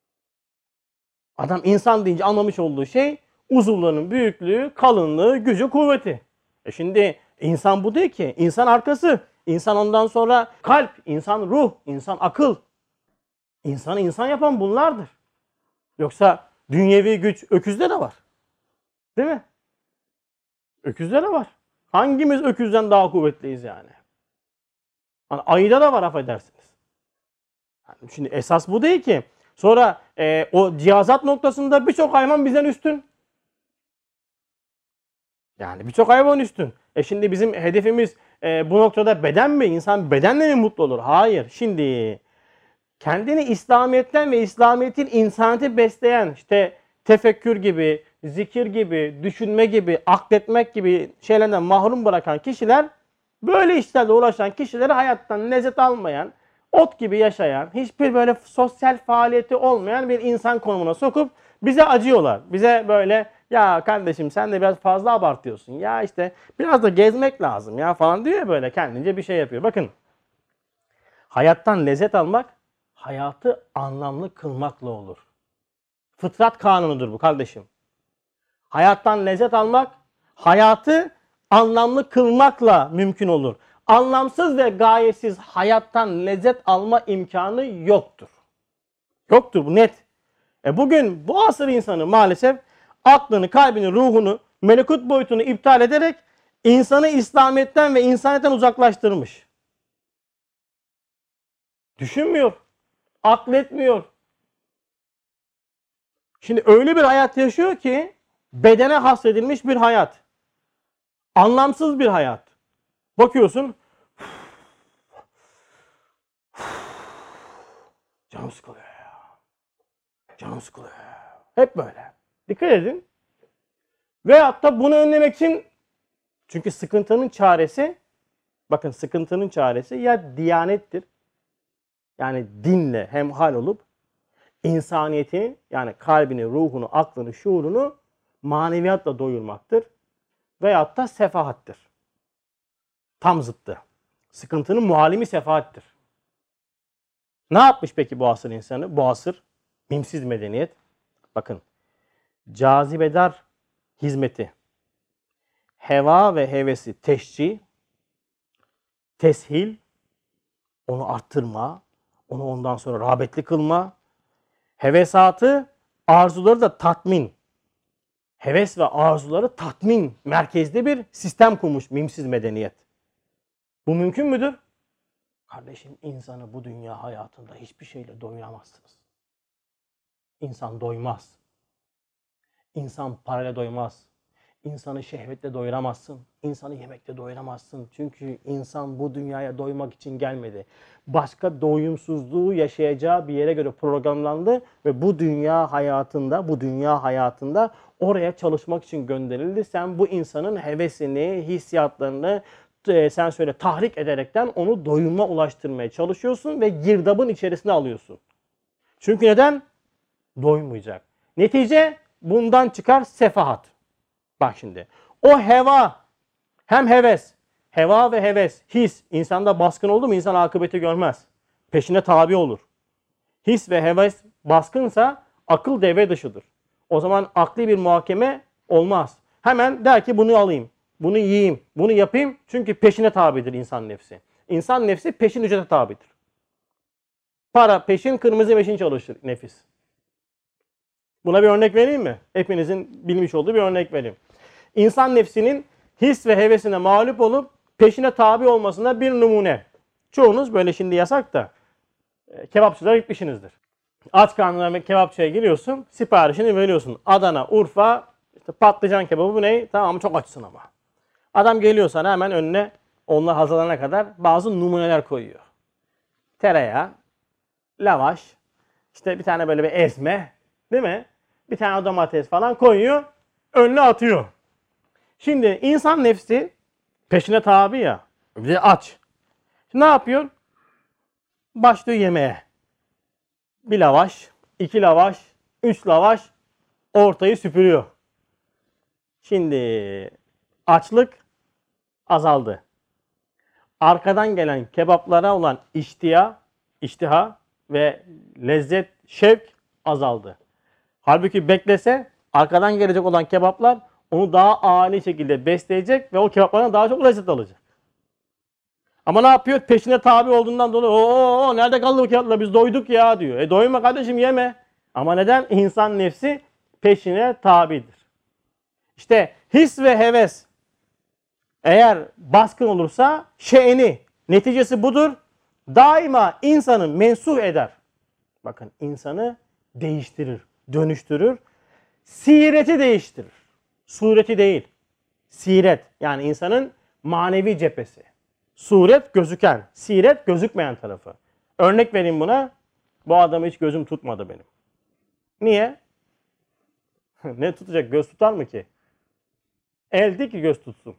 [SPEAKER 1] Adam insan deyince anlamış olduğu şey uzuvlarının büyüklüğü, kalınlığı, gücü, kuvveti. E şimdi insan bu değil ki. İnsan arkası. İnsan ondan sonra kalp, insan ruh, insan akıl. İnsanı insan yapan bunlardır. Yoksa dünyevi güç öküzde de var. Değil mi? Öküzde de var. Hangimiz öküzden daha kuvvetliyiz yani? Hani ayıda da var affedersiniz. Yani şimdi esas bu değil ki. Sonra e, o cihazat noktasında birçok hayvan bizden üstün. Yani birçok hayvan üstün. E şimdi bizim hedefimiz e, bu noktada beden mi? İnsan bedenle mi mutlu olur? Hayır. Şimdi kendini İslamiyet'ten ve İslamiyet'in insaniyeti besleyen işte tefekkür gibi, zikir gibi, düşünme gibi, akletmek gibi şeylerden mahrum bırakan kişiler böyle işlerle uğraşan kişileri hayattan lezzet almayan, ot gibi yaşayan, hiçbir böyle sosyal faaliyeti olmayan bir insan konumuna sokup bize acıyorlar. Bize böyle ya kardeşim sen de biraz fazla abartıyorsun. Ya işte biraz da gezmek lazım ya falan diyor böyle kendince bir şey yapıyor. Bakın hayattan lezzet almak hayatı anlamlı kılmakla olur. Fıtrat kanunudur bu kardeşim. Hayattan lezzet almak hayatı anlamlı kılmakla mümkün olur. Anlamsız ve gayesiz hayattan lezzet alma imkanı yoktur. Yoktur bu net. E bugün bu asır insanı maalesef aklını, kalbini, ruhunu, melekut boyutunu iptal ederek insanı İslamiyet'ten ve insaniyetten uzaklaştırmış. Düşünmüyor, akletmiyor. Şimdi öyle bir hayat yaşıyor ki bedene hasredilmiş bir hayat. Anlamsız bir hayat. Bakıyorsun canım sıkılıyor ya. Canım sıkılıyor ya. Hep böyle. Dikkat edin. Veyahut da bunu önlemek için çünkü sıkıntının çaresi bakın sıkıntının çaresi ya diyanettir. Yani dinle hemhal olup insaniyetini yani kalbini, ruhunu, aklını, şuurunu maneviyatla doyurmaktır. Veyahut da sefahattır. Tam zıttı. Sıkıntının muallimi sefahattir. Ne yapmış peki bu asır insanı? Bu asır mimsiz medeniyet. Bakın cazibedar hizmeti, heva ve hevesi teşcih, teshil, onu arttırma, onu ondan sonra rağbetli kılma, hevesatı, arzuları da tatmin. heves ve arzuları tatmin merkezli bir sistem kurmuş mimsiz medeniyet. Bu mümkün müdür? Kardeşim, insanı bu dünya hayatında hiçbir şeyle doyuramazsınız. İnsan doymaz. İnsan parayla doymaz. İnsanı şehvetle doyuramazsın. İnsanı yemekle doyuramazsın. Çünkü insan bu dünyaya doymak için gelmedi. Başka doyumsuzluğu yaşayacağı bir yere göre programlandı ve bu dünya hayatında, bu dünya hayatında oraya çalışmak için gönderildi. Sen bu insanın hevesini, hissiyatlarını, e, sen söyle tahrik ederekten onu doyuma ulaştırmaya çalışıyorsun ve girdabın içerisine alıyorsun. Çünkü neden? Doymayacak. Netice bundan çıkar sefahat. Bak şimdi. O heva, hem heves, heva ve heves, his insanda baskın oldu mu insan akıbeti görmez. Peşine tabi olur. His ve heves baskınsa akıl devre dışıdır. O zaman akli bir muhakeme olmaz. Hemen der ki bunu alayım, bunu yiyeyim, bunu yapayım. Çünkü peşine tabidir insan nefsi. İnsan nefsi peşin ücrete tabidir. Para peşin, kırmızı meşin çalışır nefis. Buna bir örnek vereyim mi? Hepinizin bilmiş olduğu bir örnek vereyim. İnsan nefsinin his ve hevesine mağlup olup peşine tabi olmasına bir numune. Çoğunuz böyle şimdi yasak da kebapçılara gitmişsinizdir. Aç karnına kebapçıya giriyorsun, siparişini veriyorsun. Adana, Urfa, işte patlıcan kebabı bu ne? Tamam, çok açsın ama. Adam geliyor sana hemen önüne, onlar hazırlanana kadar bazı numuneler koyuyor. Tereyağı, lavaş, işte bir tane böyle bir ezme, değil mi? Bir tane domates falan koyuyor, önüne atıyor. Şimdi insan nefsi peşine tabi ya, bir de aç. Şimdi ne yapıyor? Başlıyor yemeğe. Bir lavaş, iki lavaş, üç lavaş ortayı süpürüyor. Şimdi açlık azaldı. Arkadan gelen kebaplara olan iştiha, iştiha ve lezzet, şevk azaldı. Halbuki beklese arkadan gelecek olan kebaplar onu daha ani şekilde besleyecek ve o kebaplardan daha çok lezzet alacak. Ama ne yapıyor? Peşine tabi olduğundan dolayı ooo nerede kaldı bu kebaplar, biz doyduk ya diyor. E doyma kardeşim, yeme. Ama neden? İnsan nefsi peşine tabidir. İşte his ve heves eğer baskın olursa şe'ni, neticesi budur. Daima insanı mensuh eder. Bakın, insanı değiştirir, dönüştürür. Sireti değiştirir. Sureti değil. Siret, yani insanın manevi cephesi. Suret gözüken, siret gözükmeyen tarafı. Örnek vereyim buna. Bu adamı hiç gözüm tutmadı benim. Niye? Ne tutacak? Göz tutar mı ki? El değil ki göz tutsun.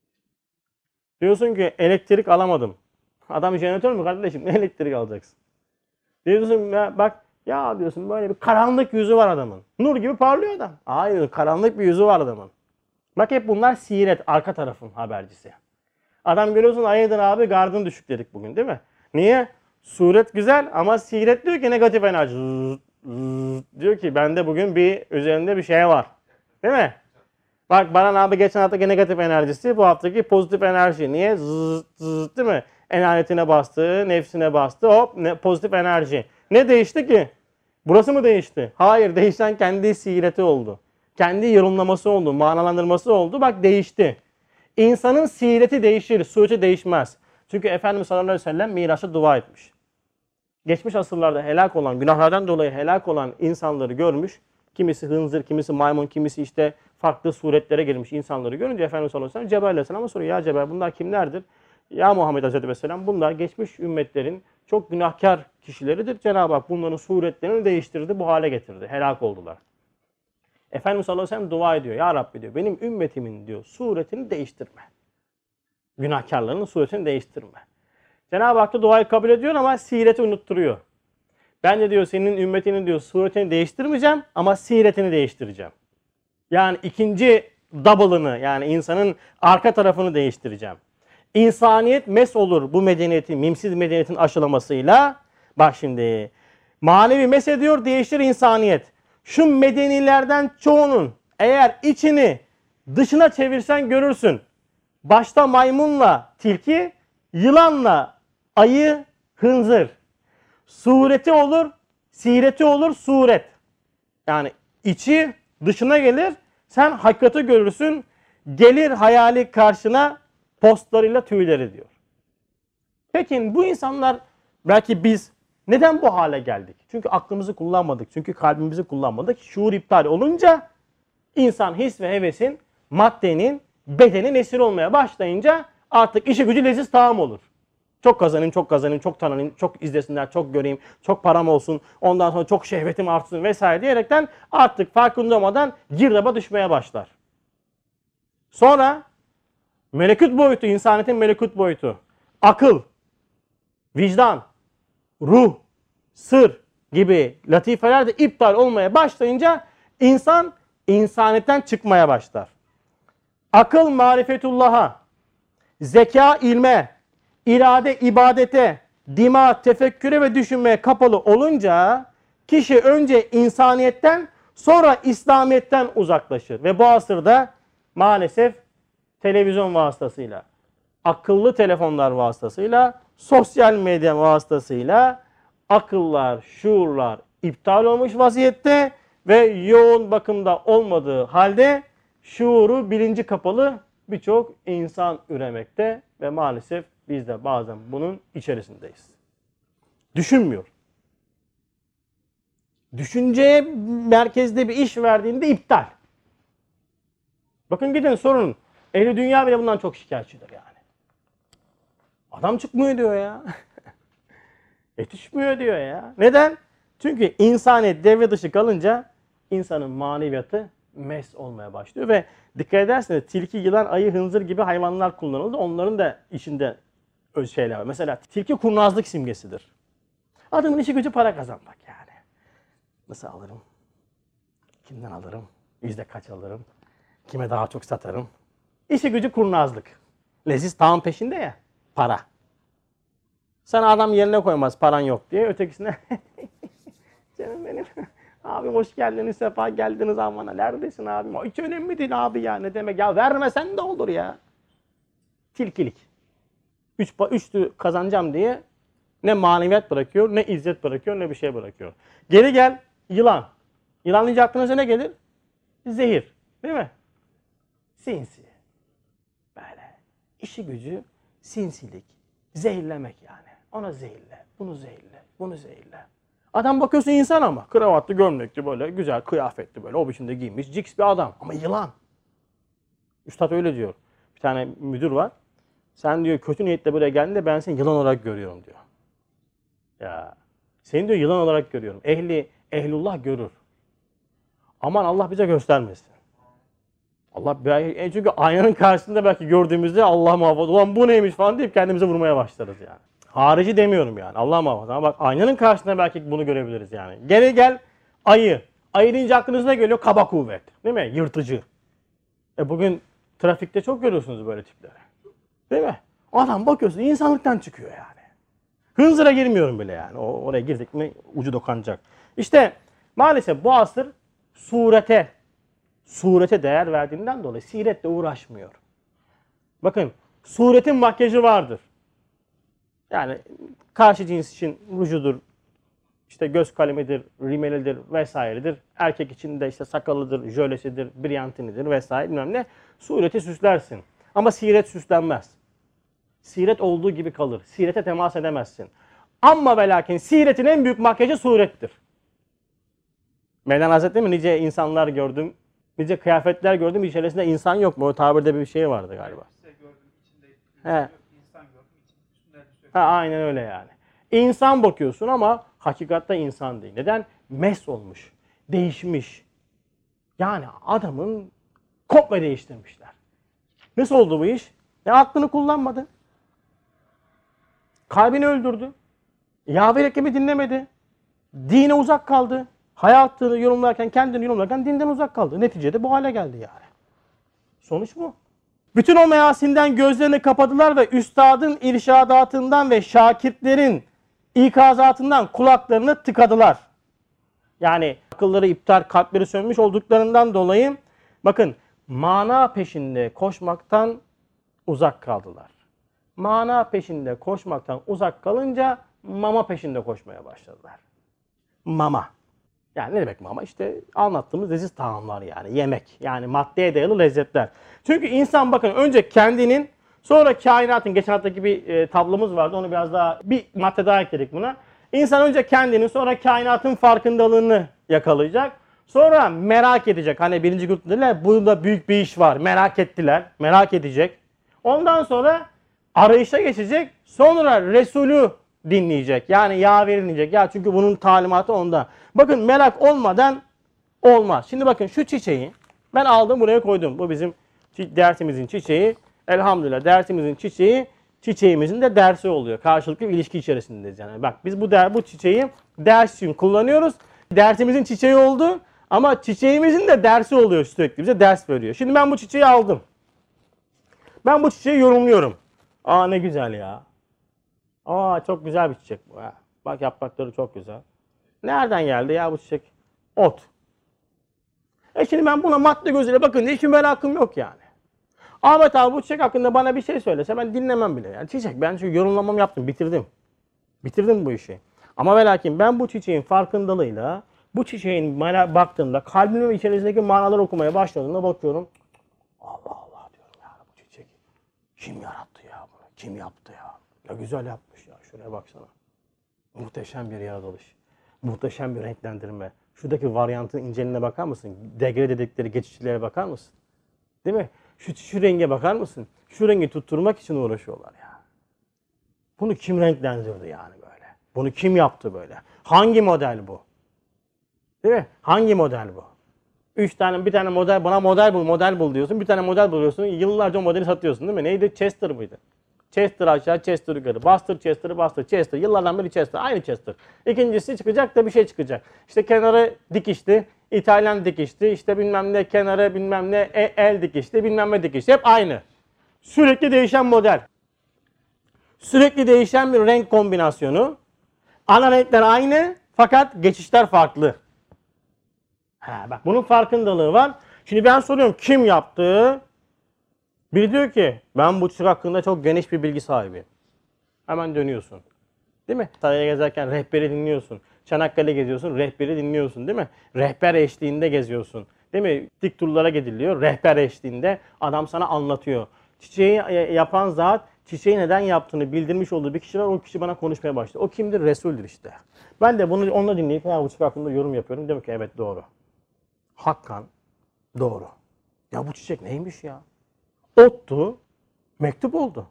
[SPEAKER 1] Diyorsun ki elektrik alamadım. Adam jeneratör mü kardeşim? Ne elektrik alacaksın? Diyorsun ya, bak ya diyorsun, böyle bir karanlık yüzü var adamın. Nur gibi parlıyor adam. Hayır, karanlık bir yüzü var adamın. Bak, hep bunlar siret, arka tarafın habercisi. Adam görüyorsun, hayırdır abi, gardın düşük dedik bugün, değil mi? Niye? Suret güzel ama siret diyor ki negatif enerji. Zzz, zzz, diyor ki bende bugün bir üzerinde bir şey var. Değil mi? Bak Baran abi geçen haftaki negatif enerjisi, bu haftaki pozitif enerji. Niye? Zzz, zzz, değil mi? Enaletine bastı, nefsine bastı, hop ne, pozitif enerji. Ne değişti ki? Burası mı değişti? Hayır, değişen kendi sireti oldu. Kendi yorumlaması oldu, manalandırması oldu. Bak değişti. İnsanın sireti değişir, sureti değişmez. Çünkü Efendimiz sallallahu aleyhi ve sellem Miraç'ta dua etmiş. Geçmiş asırlarda helak olan, günahlardan dolayı helak olan insanları görmüş. Kimisi hınzır, kimisi maymun, kimisi işte farklı suretlere girmiş insanları görünce Efendimiz sallallahu aleyhi ve sellem Cebrail aleyhisselam'a soruyor. Ya Cebrail, bunlar kimlerdir? Ya Muhammed aleyhisselam, bunlar geçmiş ümmetlerin çok günahkar kişileridir. Cenab-ı Hak bunların suretlerini değiştirdi, bu hale getirdi. Helak oldular. Efendimiz sallallahu aleyhi ve sellem dua ediyor. Ya Rabbi diyor, benim ümmetimin diyor suretini değiştirme. Günahkarların suretini değiştirme. Cenab-ı Hak da duayı kabul ediyor ama sireti unutturuyor. Ben de diyor senin ümmetinin diyor suretini değiştirmeyeceğim ama siretini değiştireceğim. Yani ikinci double'ını, yani insanın arka tarafını değiştireceğim. İnsaniyet mes olur bu medeniyetin, mimsiz medeniyetin aşılamasıyla. Bak şimdi, manevi mes ediyor, değiştir insaniyet. Şu medenilerden çoğunun eğer içini dışına çevirsen görürsün. Başta maymunla tilki, yılanla ayı, hınzır. Sureti olur, sireti olur, suret. Yani içi dışına gelir, Sen hakikati görürsün, gelir hayali karşına postlarıyla tüyleri diyor. Peki bu insanlar, belki biz neden bu hale geldik? Çünkü aklımızı kullanmadık, çünkü kalbimizi kullanmadık. Şuur iptal olunca insan his ve hevesin, maddenin, bedenin esir olmaya başlayınca artık işi gücü leziz tamam olur. Çok kazanayım, çok kazanayım, çok tanınayım, çok izlesinler, çok göreyim, çok param olsun, ondan sonra çok şehvetim artsın vesaire diyerekten artık farkında olmadan girdaba düşmeye başlar. Sonra melekut boyutu, insaniyetin melekut boyutu, akıl, vicdan, ruh, sır gibi latifeler de iptal olmaya başlayınca insan insaniyetten çıkmaya başlar. Akıl marifetullah'a, zeka ilme, irade ibadete, dima tefekküre ve düşünmeye kapalı olunca kişi önce insaniyetten sonra İslamiyet'ten uzaklaşır. Ve bu asırda maalesef televizyon vasıtasıyla, akıllı telefonlar vasıtasıyla, sosyal medya vasıtasıyla akıllar, şuurlar iptal olmuş vaziyette ve yoğun bakımda olmadığı halde şuuru bilinci kapalı birçok insan üremekte ve maalesef biz de bazen bunun içerisindeyiz. Düşünmüyor. Düşünceye merkezde bir iş verdiğinde iptal. Bakın gidin sorun. Ehli dünya bile bundan çok şikayetçidir yani. Adam çıkmıyor diyor ya. Yetişmiyor diyor ya. Neden? Çünkü insaniyet devre dışı kalınca insanın maneviyatı mes olmaya başlıyor ve dikkat ederseniz tilki, yılan, ayı, hınzır gibi hayvanlar kullanıldı. Onların da içinde şeyler var. Mesela tilki kurnazlık simgesidir. Adamın işi gücü para kazanmak yani. Nasıl alırım? Kimden alırım? Yüzde kaç alırım? Kime daha çok satarım? İşi gücü kurnazlık. Leziz tağın peşinde ya. Para. Sana adam yerine koymaz paran yok diye. Ötekisine canım benim. Abi hoş geldiniz, sefa geldiniz amana. Neredesin abim? Hiç önemli değil abi ya. Ne demek ya? Vermesen de olur ya. Tilkilik. Üç, üçlü kazanacağım diye ne maneviyat bırakıyor, ne izzet bırakıyor, ne bir şey bırakıyor. Geri gel yılan. Yılan deyince aklınıza ne gelir? Zehir. Değil mi? Sinsi. Böyle. İşi gücü sinsilik. Zehirlemek yani. Ona zehirle, bunu zehirle, bunu zehirle. Adam bakıyorsun insan ama. Kravatlı, gömlekli böyle, güzel kıyafetli böyle. O biçimde giymiş, ciks bir adam. Ama yılan. Üstad öyle diyor. Bir tane müdür var. Sen diyor kötü niyetle buraya geldiğinde ben seni yılan olarak görüyorum diyor. Ya seni diyor yılan olarak görüyorum. Ehli, ehlullah görür. Aman Allah bize göstermesin. Allah belki, çünkü aynanın karşısında belki gördüğümüzde Allah muhafaza, ulan bu neymiş falan deyip kendimize vurmaya başlarız yani. Harici demiyorum yani. Allah muhafaza. Ama bak aynanın karşısında belki bunu görebiliriz yani. Geri gel ayı. Ayı deyince aklınıza ne geliyor? Kaba kuvvet. Değil mi? Yırtıcı. E bugün trafikte çok görüyorsunuz böyle tipleri. Değil mi? Adam bakıyorsun insanlıktan çıkıyor yani. Hınzıra girmiyorum bile yani. O, oraya girdik mi ucu dokanacak. İşte maalesef bu asır surete, surete değer verdiğinden dolayı siretle uğraşmıyor. Bakın suretin makyajı vardır. Yani karşı cins için rujudur, işte göz kalemidir, rimelidir vesairedir. Erkek için de işte sakallıdır, jölesidir, briyantinidir vesaire bilmem ne. Sureti süslersin. Ama siret süslenmez. Siret olduğu gibi kalır. Sirete temas edemezsin. Amma ve lakin siretin en büyük makyajı surettir. Mevlana Hazretleri mi nice insanlar gördüm, nice kıyafetler gördüm, içerisinde insan yok mu? O tabirde bir şey vardı galiba. He. Ha, aynen öyle yani. İnsan bakıyorsun ama hakikatte insan değil. Neden? Mes olmuş, değişmiş. Yani adamın komple değiştirmişler. Nasıl oldu bu iş? Ya aklını kullanmadı. Kalbini öldürdü. Yahve rekemi dinlemedi. Dine uzak kaldı. Hayatını yorumlarken, kendini yorumlarken dinden uzak kaldı. Neticede bu hale geldi yani. Sonuç bu. Bütün o meyasinden gözlerini kapadılar ve üstadın irşadatından ve şakirtlerin ikazatından kulaklarını tıkadılar. Yani akılları iptal, kalpleri sönmüş olduklarından dolayı bakın mana peşinde koşmaktan uzak kaldılar. Mana peşinde koşmaktan uzak kalınca mama peşinde koşmaya başladılar. Mama. Yani ne demek mi ama işte anlattığımız leziz taamlar yani yemek. Yani maddeye dayalı lezzetler. Çünkü insan bakın önce kendinin sonra kainatın geçen haftaki bir e, tablomuz vardı. Onu biraz daha bir madde daha ekledik buna. İnsan önce kendinin sonra kainatın farkındalığını yakalayacak. Sonra merak edecek. Hani birinci grup dediler bunda büyük bir iş var. Merak ettiler. Merak edecek. Ondan sonra arayışa geçecek. Sonra Resulü dinleyecek. Yani yaver dinleyecek. Ya çünkü bunun talimatı onda. Bakın merak olmadan olmaz. Şimdi bakın şu çiçeği ben aldım buraya koydum. Bu bizim dersimizin çiçeği. Elhamdülillah dersimizin çiçeği çiçeğimizin de dersi oluyor. Karşılıklı bir ilişki içerisindeyiz yani. Bak biz bu der, bu çiçeği ders için kullanıyoruz. Dersimizin çiçeği oldu ama çiçeğimizin de dersi oluyor sürekli. Bize ders veriyor. Şimdi ben bu çiçeği aldım. Ben bu çiçeği yorumluyorum. Aa ne güzel ya. Aa çok güzel bir çiçek bu. Ha. Bak yaprakları çok güzel. Nereden geldi ya bu çiçek? Ot. E şimdi ben buna madde gözüyle bakınca hiç merakım yok yani. Ahmet abi bu çiçek hakkında bana bir şey söylese ben dinlemem bile. Yani çiçek ben çünkü yorumlamamı yaptım, bitirdim. Bitirdim bu işi. Ama ve lakin ben bu çiçeğin farkındalığıyla bu çiçeğin bana baktığımda kalbimin içerisindeki manaları okumaya başladığımda bakıyorum. Allah Allah diyorum ya bu çiçek kim yarattı ya bunu? Kim yaptı ya? Ya güzel yapmış ya. Şuraya baksana. Muhteşem bir yaratılış. Muhteşem bir renklendirme. Şuradaki varyantın inceliğine bakar mısın? Degre dedikleri geçişlere bakar mısın? Değil mi? Şu, şu renge bakar mısın? Şu rengi tutturmak için uğraşıyorlar ya. Bunu kim renklendirdi yani böyle? Bunu kim yaptı böyle? Hangi model bu? Değil mi? Hangi model bu? Üç tane, bir tane model, bana model bul, model bul diyorsun. Bir tane model buluyorsun. Yıllarca o modeli satıyorsun değil mi? Neydi? Chester mıydı? Chester aşağı, Chester yukarı. Bastır, Chester, bastır, Chester. Yıllardan beri Chester. Aynı Chester. İkincisi çıkacak da bir şey çıkacak. İşte kenarı dikişti. İtalyan dikişti. İşte bilmem ne kenarı bilmem ne el dikişti. Bilmem ne dikişti. Hep aynı. Sürekli değişen model. Sürekli değişen bir renk kombinasyonu. Ana renkler aynı fakat geçişler farklı. Ha, bak bunun farkındalığı var. Şimdi ben soruyorum kim yaptı? Biri diyor ki ben bu çiçek hakkında çok geniş bir bilgi sahibiyim. Hemen dönüyorsun. Değil mi? Saraya gezerken rehberi dinliyorsun. Çanakkale geziyorsun, rehberi dinliyorsun değil mi? Rehber eşliğinde geziyorsun. Değil mi? Dik turlara gidiliyor. Rehber eşliğinde adam sana anlatıyor. Çiçeği yapan zat çiçeği neden yaptığını bildirmiş olduğu bir kişi var. O kişi bana konuşmaya başladı. O kimdir? Resul'dür işte. Ben de bunu onunla dinleyip ya bu çiçek hakkında yorum yapıyorum. Demek ki evet doğru. Hakkan doğru. Ya bu çiçek neymiş ya? Ottu, mektup oldu.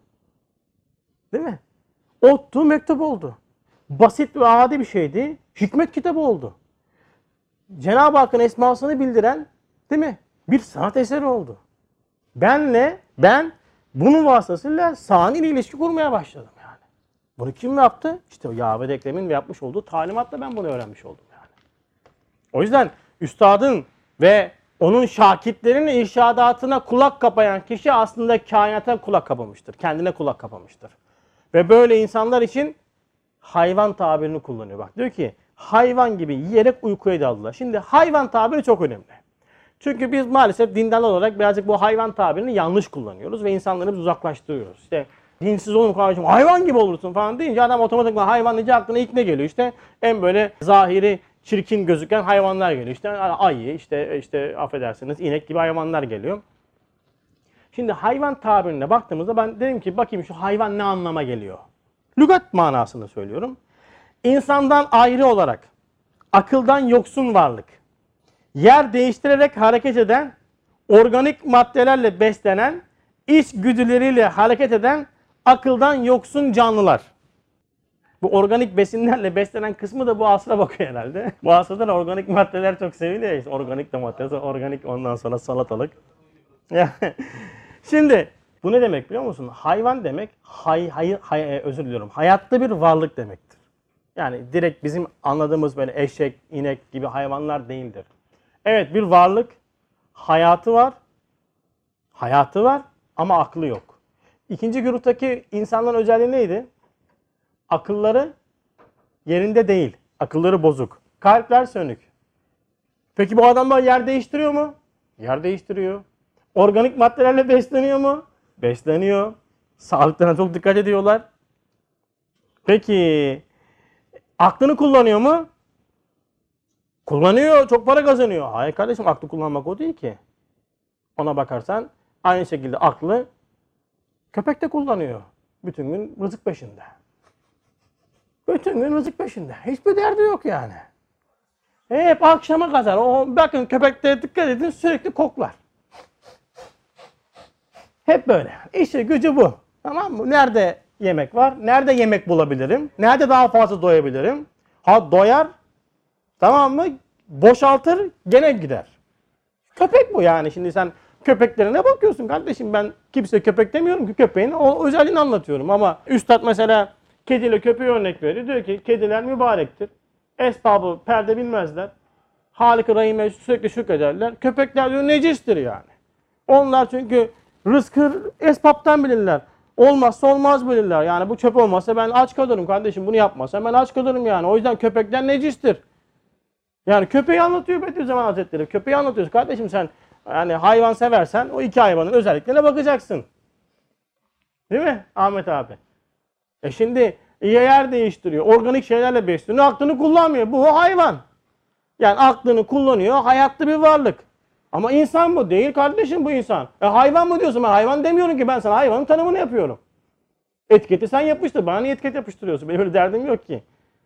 [SPEAKER 1] Değil mi? Ottu, mektup oldu. Basit ve adi bir şeydi. Hikmet kitabı oldu. Cenab-ı Hakk'ın esmasını bildiren, değil mi? Bir sanat eseri oldu. Benle, ben bunun vasıtasıyla sani bir ilişki kurmaya başladım yani. Bunu kim yaptı? İşte o Yahve Ekrem'in yapmış olduğu talimatla ben bunu öğrenmiş oldum yani. O yüzden üstadın ve onun şakitlerinin irşadatına kulak kapayan kişi aslında kainata kulak kapamıştır. Kendine kulak kapamıştır. Ve böyle insanlar için hayvan tabirini kullanıyor. Bak diyor ki hayvan gibi yiyerek uykuya daldılar. Şimdi hayvan tabiri çok önemli. Çünkü biz maalesef dindarlar olarak birazcık bu hayvan tabirini yanlış kullanıyoruz ve insanları biz uzaklaştırıyoruz. İşte dinsiz olun kardeşim hayvan gibi olursun falan deyince adam otomatikman hayvan deyince aklına ilk ne geliyor? İşte en böyle zahiri çirkin gözüken hayvanlar geliyor. İşte ayı, işte işte affedersiniz inek gibi hayvanlar geliyor. Şimdi hayvan tabirine baktığımızda ben dedim ki bakayım şu hayvan ne anlama geliyor? Lügat manasını söylüyorum. İnsandan ayrı olarak akıldan yoksun varlık, yer değiştirerek hareket eden, organik maddelerle beslenen, iç güdüleriyle hareket eden akıldan yoksun canlılar. Bu organik besinlerle beslenen kısmı da bu asra bakıyor herhalde. Bu asrada da organik maddeler çok seviliyor. İşte organik domates, organik ondan sonra salatalık. Şimdi bu ne demek biliyor musun? Hayvan demek, hay, hay, hay, özür diliyorum, hayatta bir varlık demektir. Yani direkt bizim anladığımız böyle eşek, inek gibi hayvanlar değildir. Evet bir varlık, hayatı var, hayatı var ama aklı yok. İkinci gruptaki insanların özelliği neydi? Akılları yerinde değil, akılları bozuk, kalpler sönük. Peki bu adamlar yer değiştiriyor mu? Yer değiştiriyor. Organik maddelerle besleniyor mu? Besleniyor. Sağlıklarına çok dikkat ediyorlar. Peki aklını kullanıyor mu? Kullanıyor, çok para kazanıyor. Hayır kardeşim, aklı kullanmak o değil ki. Ona bakarsan aynı şekilde aklı köpek de kullanıyor. Bütün gün rızık peşinde. Bütün gün rızık peşinde. Hiçbir derdi yok yani. Hep akşama kadar. O, bakın köpekte dikkat edin, sürekli koklar. Hep böyle. İşi gücü bu. Tamam mı? Nerede yemek var? Nerede yemek bulabilirim? Nerede daha fazla doyabilirim? Ha doyar. Tamam mı? Boşaltır, gene gider. Köpek bu yani. Şimdi sen köpeklerine bakıyorsun kardeşim. Ben kimse köpek demiyorum ki, köpeğin o özelliğini anlatıyorum. Ama üstad mesela kediyle köpeği örnek veriyor. Diyor ki kediler mübarektir. Esbabı perde bilmezler. Halik-i Rahim'e sürekli şükrederler. Köpekler diyor necistir yani. Onlar çünkü rızkı esbaptan bilirler. Olmazsa olmaz bilirler. Yani bu çöp olmazsa ben aç kalırım kardeşim. Bunu yapmazsa ben aç kalırım yani. O yüzden köpekler necistir. Yani köpeği anlatıyor Bediüzzaman Hazretleri. Köpeği anlatıyorsun kardeşim sen. Yani hayvan seversen o iki hayvanın özelliklerine bakacaksın. Değil mi Ahmet abi? E şimdi yer değiştiriyor. Organik şeylerle besliyor. Aklını kullanmıyor. Bu hayvan. Yani aklını kullanıyor. Hayatlı bir varlık. Ama insan bu. Değil kardeşim bu insan. E hayvan mı diyorsun? Ben hayvan demiyorum ki. Ben sana hayvanın tanımını yapıyorum. Etiketi sen yapıştır. Bana niye etiket yapıştırıyorsun? Benim öyle derdim yok ki.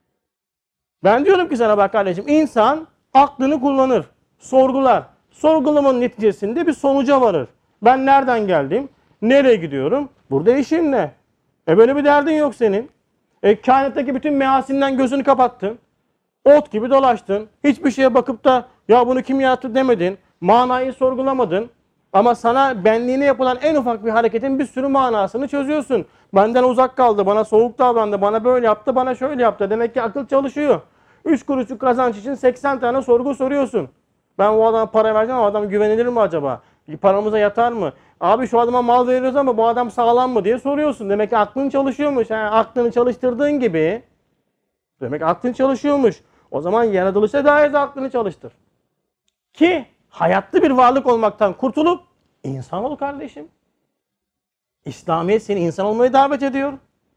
[SPEAKER 1] Ben diyorum ki sana bak kardeşim. İnsan aklını kullanır. Sorgular. Sorgulamanın neticesinde bir sonuca varır. Ben nereden geldim? Nereye gidiyorum? Burada işim ne? E böyle bir derdin yok senin. E kainattaki bütün mehasinden gözünü kapattın. Ot gibi dolaştın. Hiçbir şeye bakıp da ya bunu kim yarattı demedin. Manayı sorgulamadın. Ama sana benliğine yapılan en ufak bir hareketin bir sürü manasını çözüyorsun. Benden uzak kaldı, bana soğuk davrandı, bana böyle yaptı, bana şöyle yaptı. Demek ki akıl çalışıyor. Üç kuruşluk kazanç için seksen tane sorgu soruyorsun. Ben o adama para vereceğim ama adam güvenilir mi acaba? Paramıza yatar mı? Abi şu adama mal veriyoruz ama bu adam sağlam mı diye soruyorsun. Demek ki aklın çalışıyormuş. Yani aklını çalıştırdığın gibi demek aklın çalışıyormuş. O zaman yaratılışa dair de aklını çalıştır. Ki hayatlı bir varlık olmaktan kurtulup insan ol kardeşim. İslamiyet seni insan olmaya davet ediyor.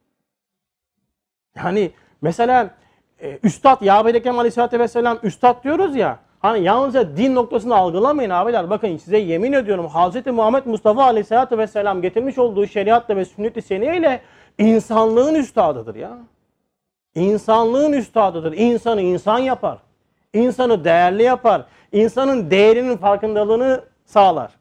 [SPEAKER 1] Yani mesela e, Üstad Yavuz Ekrem Aleyhisselatü Vesselam Üstad diyoruz ya. Hani yalnızca din noktasını algılamayın abiler. Bakın size yemin ediyorum Hazreti Muhammed Mustafa Aleyhisselatü Vesselam getirmiş olduğu şeriatla ve sünnet-i seniyeyle insanlığın üstadıdır ya. İnsanlığın üstadıdır. İnsanı insan yapar. İnsanı değerli yapar. İnsanın değerinin farkındalığını sağlar.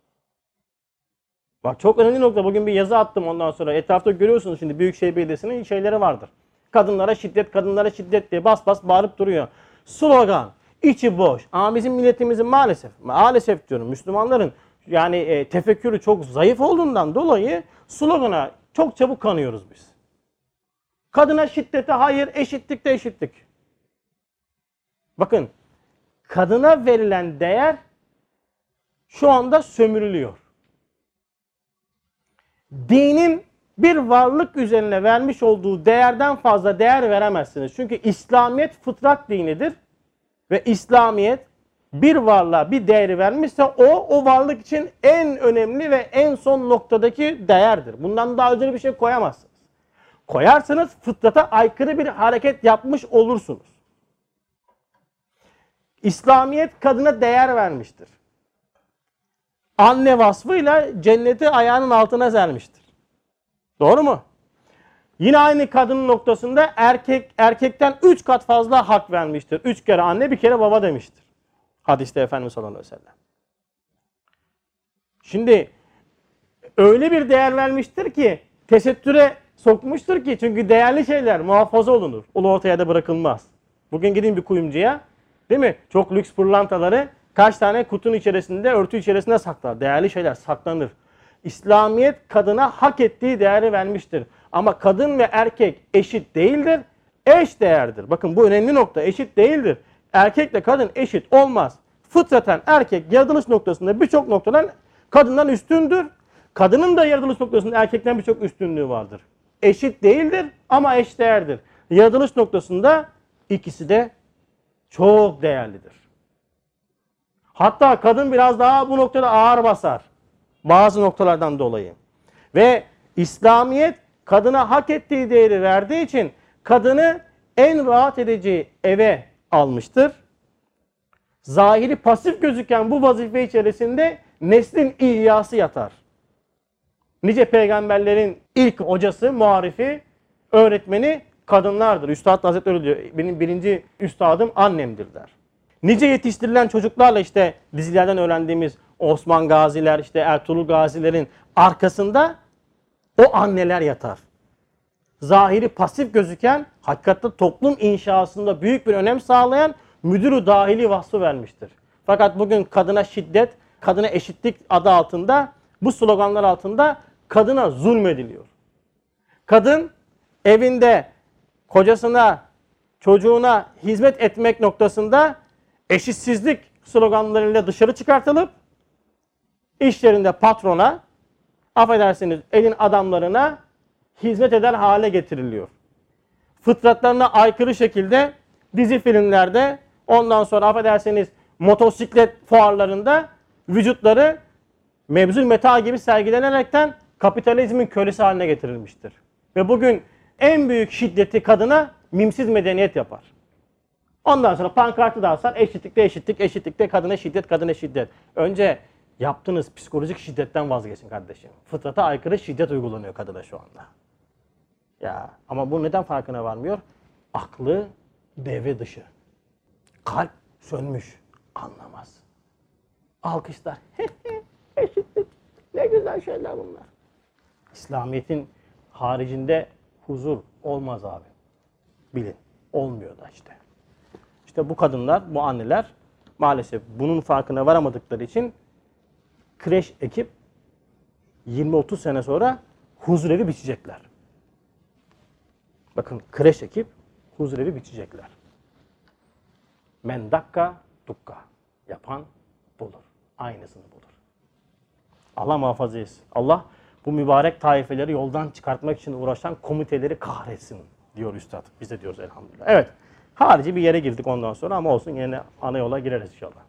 [SPEAKER 1] Bak çok önemli nokta. Bugün bir yazı attım ondan sonra. Etrafta görüyorsunuz şimdi Büyükşehir Belediyesi'nin şeyleri vardır. Kadınlara şiddet, kadınlara şiddet diye bas bas bağırıp duruyor. Slogan, içi boş. Ama bizim milletimizin maalesef, maalesef diyorum Müslümanların yani e, tefekkürü çok zayıf olduğundan dolayı slogana çok çabuk kanıyoruz biz. Kadına şiddete hayır, eşitlikte eşitlik. Bakın, kadına verilen değer şu anda sömürülüyor. Dinin bir varlık üzerine vermiş olduğu değerden fazla değer veremezsiniz. Çünkü İslamiyet fıtrat dinidir ve İslamiyet bir varlığa bir değeri vermişse o, o varlık için en önemli ve en son noktadaki değerdir. Bundan daha özel bir şey koyamazsınız. Koyarsanız fıtrata aykırı bir hareket yapmış olursunuz. İslamiyet kadına değer vermiştir. Anne vasfıyla cenneti ayağının altına sermiştir. Doğru mu? Yine aynı kadının noktasında erkek erkekten üç kat fazla hak vermiştir. Üç kere anne bir kere baba demiştir. Hadiste Efendimiz sallallahu aleyhi ve sellem. Şimdi öyle bir değer vermiştir ki tesettüre sokmuştur ki çünkü değerli şeyler muhafaza olunur. Ulu ortaya da bırakılmaz. Bugün gidin bir kuyumcuya, değil mi? Çok lüks pırlantaları kaç tane kutunun içerisinde, örtü içerisinde saklar. Değerli şeyler saklanır. İslamiyet kadına hak ettiği değeri vermiştir. Ama kadın ve erkek eşit değildir, eş değerdir. Bakın bu önemli nokta, eşit değildir. Erkekle kadın eşit olmaz. Fıtraten erkek yaratılış noktasında birçok noktadan kadından üstündür. Kadının da yaratılış noktasında erkekten birçok üstünlüğü vardır. Eşit değildir ama eş değerdir. Yaratılış noktasında ikisi de çok değerlidir. Hatta kadın biraz daha bu noktada ağır basar. Bazı noktalardan dolayı. Ve İslamiyet kadına hak ettiği değeri verdiği için kadını en rahat edeceği eve almıştır. Zahiri pasif gözüken bu vazife içerisinde neslin ihyası yatar. Nice peygamberlerin ilk hocası, muarifi, öğretmeni kadınlardır. Üstad Hazretleri diyor, benim birinci üstadım annemdir der. Nice yetiştirilen çocuklarla işte dizilerden öğrendiğimiz Osman Gaziler, işte Ertuğrul Gazilerin arkasında o anneler yatar. Zahiri pasif gözüken, hakikatte toplum inşasında büyük bir önem sağlayan müdür-ü dahili vasfı vermiştir. Fakat bugün kadına şiddet, kadına eşitlik adı altında, bu sloganlar altında kadına zulmediliyor. Kadın evinde kocasına, çocuğuna hizmet etmek noktasında eşitsizlik sloganlarıyla dışarı çıkartılıp iş yerinde patrona, affedersiniz elin adamlarına hizmet eder hale getiriliyor. Fıtratlarına aykırı şekilde dizi filmlerde, ondan sonra affedersiniz motosiklet fuarlarında vücutları mebzul meta gibi sergilenerekten kapitalizmin kölesi haline getirilmiştir. Ve bugün en büyük şiddeti kadına mimsiz medeniyet yapar. Ondan sonra pankartı da asar, eşitlikte eşitlik, eşitlikte kadına şiddet, kadına şiddet. Önce yaptığınız psikolojik şiddetten vazgeçin kardeşim. Fıtrata aykırı şiddet uygulanıyor kadına şu anda. Ya ama bu neden farkına varmıyor? Aklı devre dışı. Kalp sönmüş. Anlamaz. Alkışlar. Eşitlik. Ne güzel şeyler bunlar. İslamiyet'in haricinde huzur olmaz abi. Bilin. Olmuyor da işte. İşte bu kadınlar, bu anneler maalesef bunun farkına varamadıkları için kreş ekip yirmi otuz sene sonra huzurevi biçecekler. Bakın kreş ekip huzurevi biçecekler. Men dakka dukka. Yapan bulur. Aynısını bulur. Allah muhafaza etsin. Allah bu mübarek taifeleri yoldan çıkartmak için uğraşan komiteleri kahretsin diyor üstad. Biz de diyoruz elhamdülillah. Evet. Harici bir yere girdik ondan sonra ama olsun yine ana yola gireriz inşallah.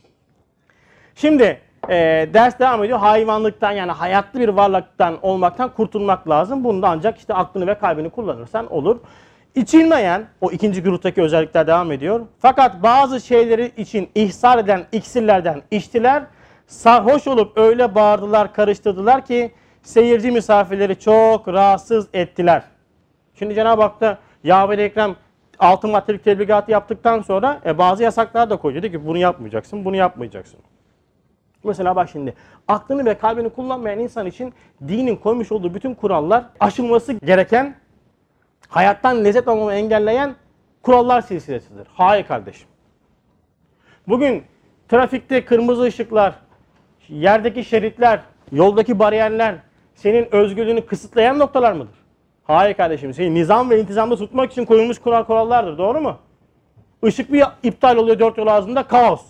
[SPEAKER 1] Şimdi e, ders devam ediyor. Hayvanlıktan yani hayatlı bir varlıktan olmaktan kurtulmak lazım. Bunu da ancak işte aklını ve kalbini kullanırsan olur. İçilmeyen, o ikinci gruptaki özellikler devam ediyor. Fakat bazı şeyleri için ihsar eden iksirlerden içtiler. Sarhoş olup öyle bağırdılar, karıştırdılar ki seyirci misafirleri çok rahatsız ettiler. Şimdi Cenab-ı Hak da Yahve-i Ekrem altı maddelik tebligatı yaptıktan sonra e, bazı yasaklar da koyuyor. Dedi ki bunu yapmayacaksın, bunu yapmayacaksın. Mesela bak şimdi aklını ve kalbini kullanmayan insan için dinin koymuş olduğu bütün kurallar aşılması gereken, hayattan lezzet almayı engelleyen kurallar silsilesidir. Hayır kardeşim. Bugün trafikte kırmızı ışıklar, yerdeki şeritler, yoldaki bariyerler senin özgürlüğünü kısıtlayan noktalar mıdır? Hayır kardeşim. Seni nizam ve intizamda tutmak için koyulmuş kural kurallardır. Doğru mu? Işık bir iptal oluyor dört yol ağzında, kaos.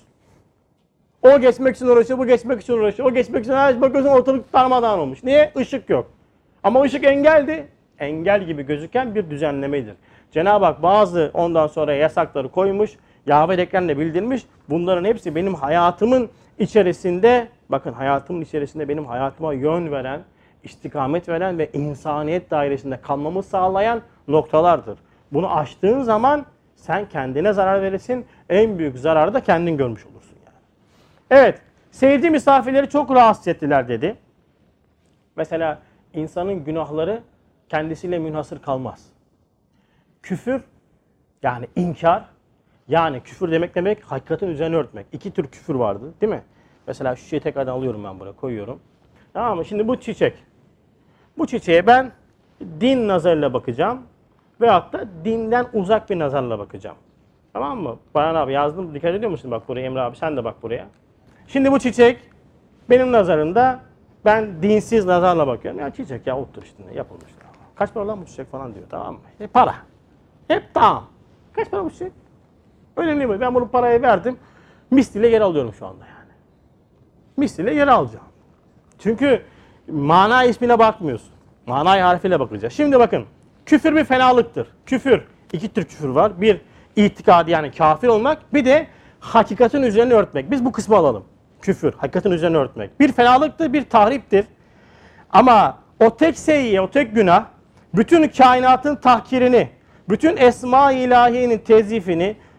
[SPEAKER 1] O geçmek için uğraşıyor, bu geçmek için uğraşıyor. O geçmek için uğraşıyor. Bakıyorsun ortalık darmadağın olmuş. Niye? Işık yok. Ama ışık engeldi. Engel gibi gözüken bir düzenlemedir. Cenab-ı Hak bazı ondan sonra yasakları koymuş. Yahve ekranla bildirmiş. Bunların hepsi benim hayatımın içerisinde, bakın hayatımın içerisinde benim hayatıma yön veren, istikamet veren ve insaniyet dairesinde kalmamı sağlayan noktalardır. Bunu aştığın zaman sen kendine zarar verirsin. En büyük zararı da kendin görmüş olursun yani. Evet, seyirci misafirleri çok rahatsız ettiler dedi. Mesela insanın günahları kendisiyle münhasır kalmaz. Küfür yani inkar, yani küfür demek demek hakikatin üzerine örtmek. İki tür küfür vardı değil mi? Mesela şu çiçeği tekrardan alıyorum ben buraya koyuyorum. Tamam mı? Şimdi bu çiçek. Bu çiçeğe ben din nazarıyla bakacağım. Veyahut da dinden uzak bir nazarla bakacağım. Tamam mı? Bayan abi yazdım. Dikkat ediyor musun? Bak buraya Emre abi sen de bak buraya. Şimdi bu çiçek benim nazarımda ben dinsiz nazarla bakıyorum. Ya çiçek ya ottur işte yapılmış. Kaç para lan bu çiçek falan diyor tamam mı? E para. Hep tamam. Kaç para bu çiçek? Önemli mi? Ben bunu paraya verdim. Misliyle yer alıyorum şu anda yani. Misliyle yer alacağım. Çünkü mana ismine bakmıyorsun. Manayı harfiyle bakacağız. Şimdi bakın. Küfür bir fenalıktır. Küfür. İki tür küfür var. Bir itikadi yani kafir olmak. Bir de hakikatin üzerine örtmek. Biz bu kısmı alalım. Küfür. Hakikatin üzerine örtmek. Bir fenalıktır, bir tahriptir. Ama o tek seyyiye, o tek günah bütün kainatın tahkirini, bütün esma-i ilahiyenin tezifini,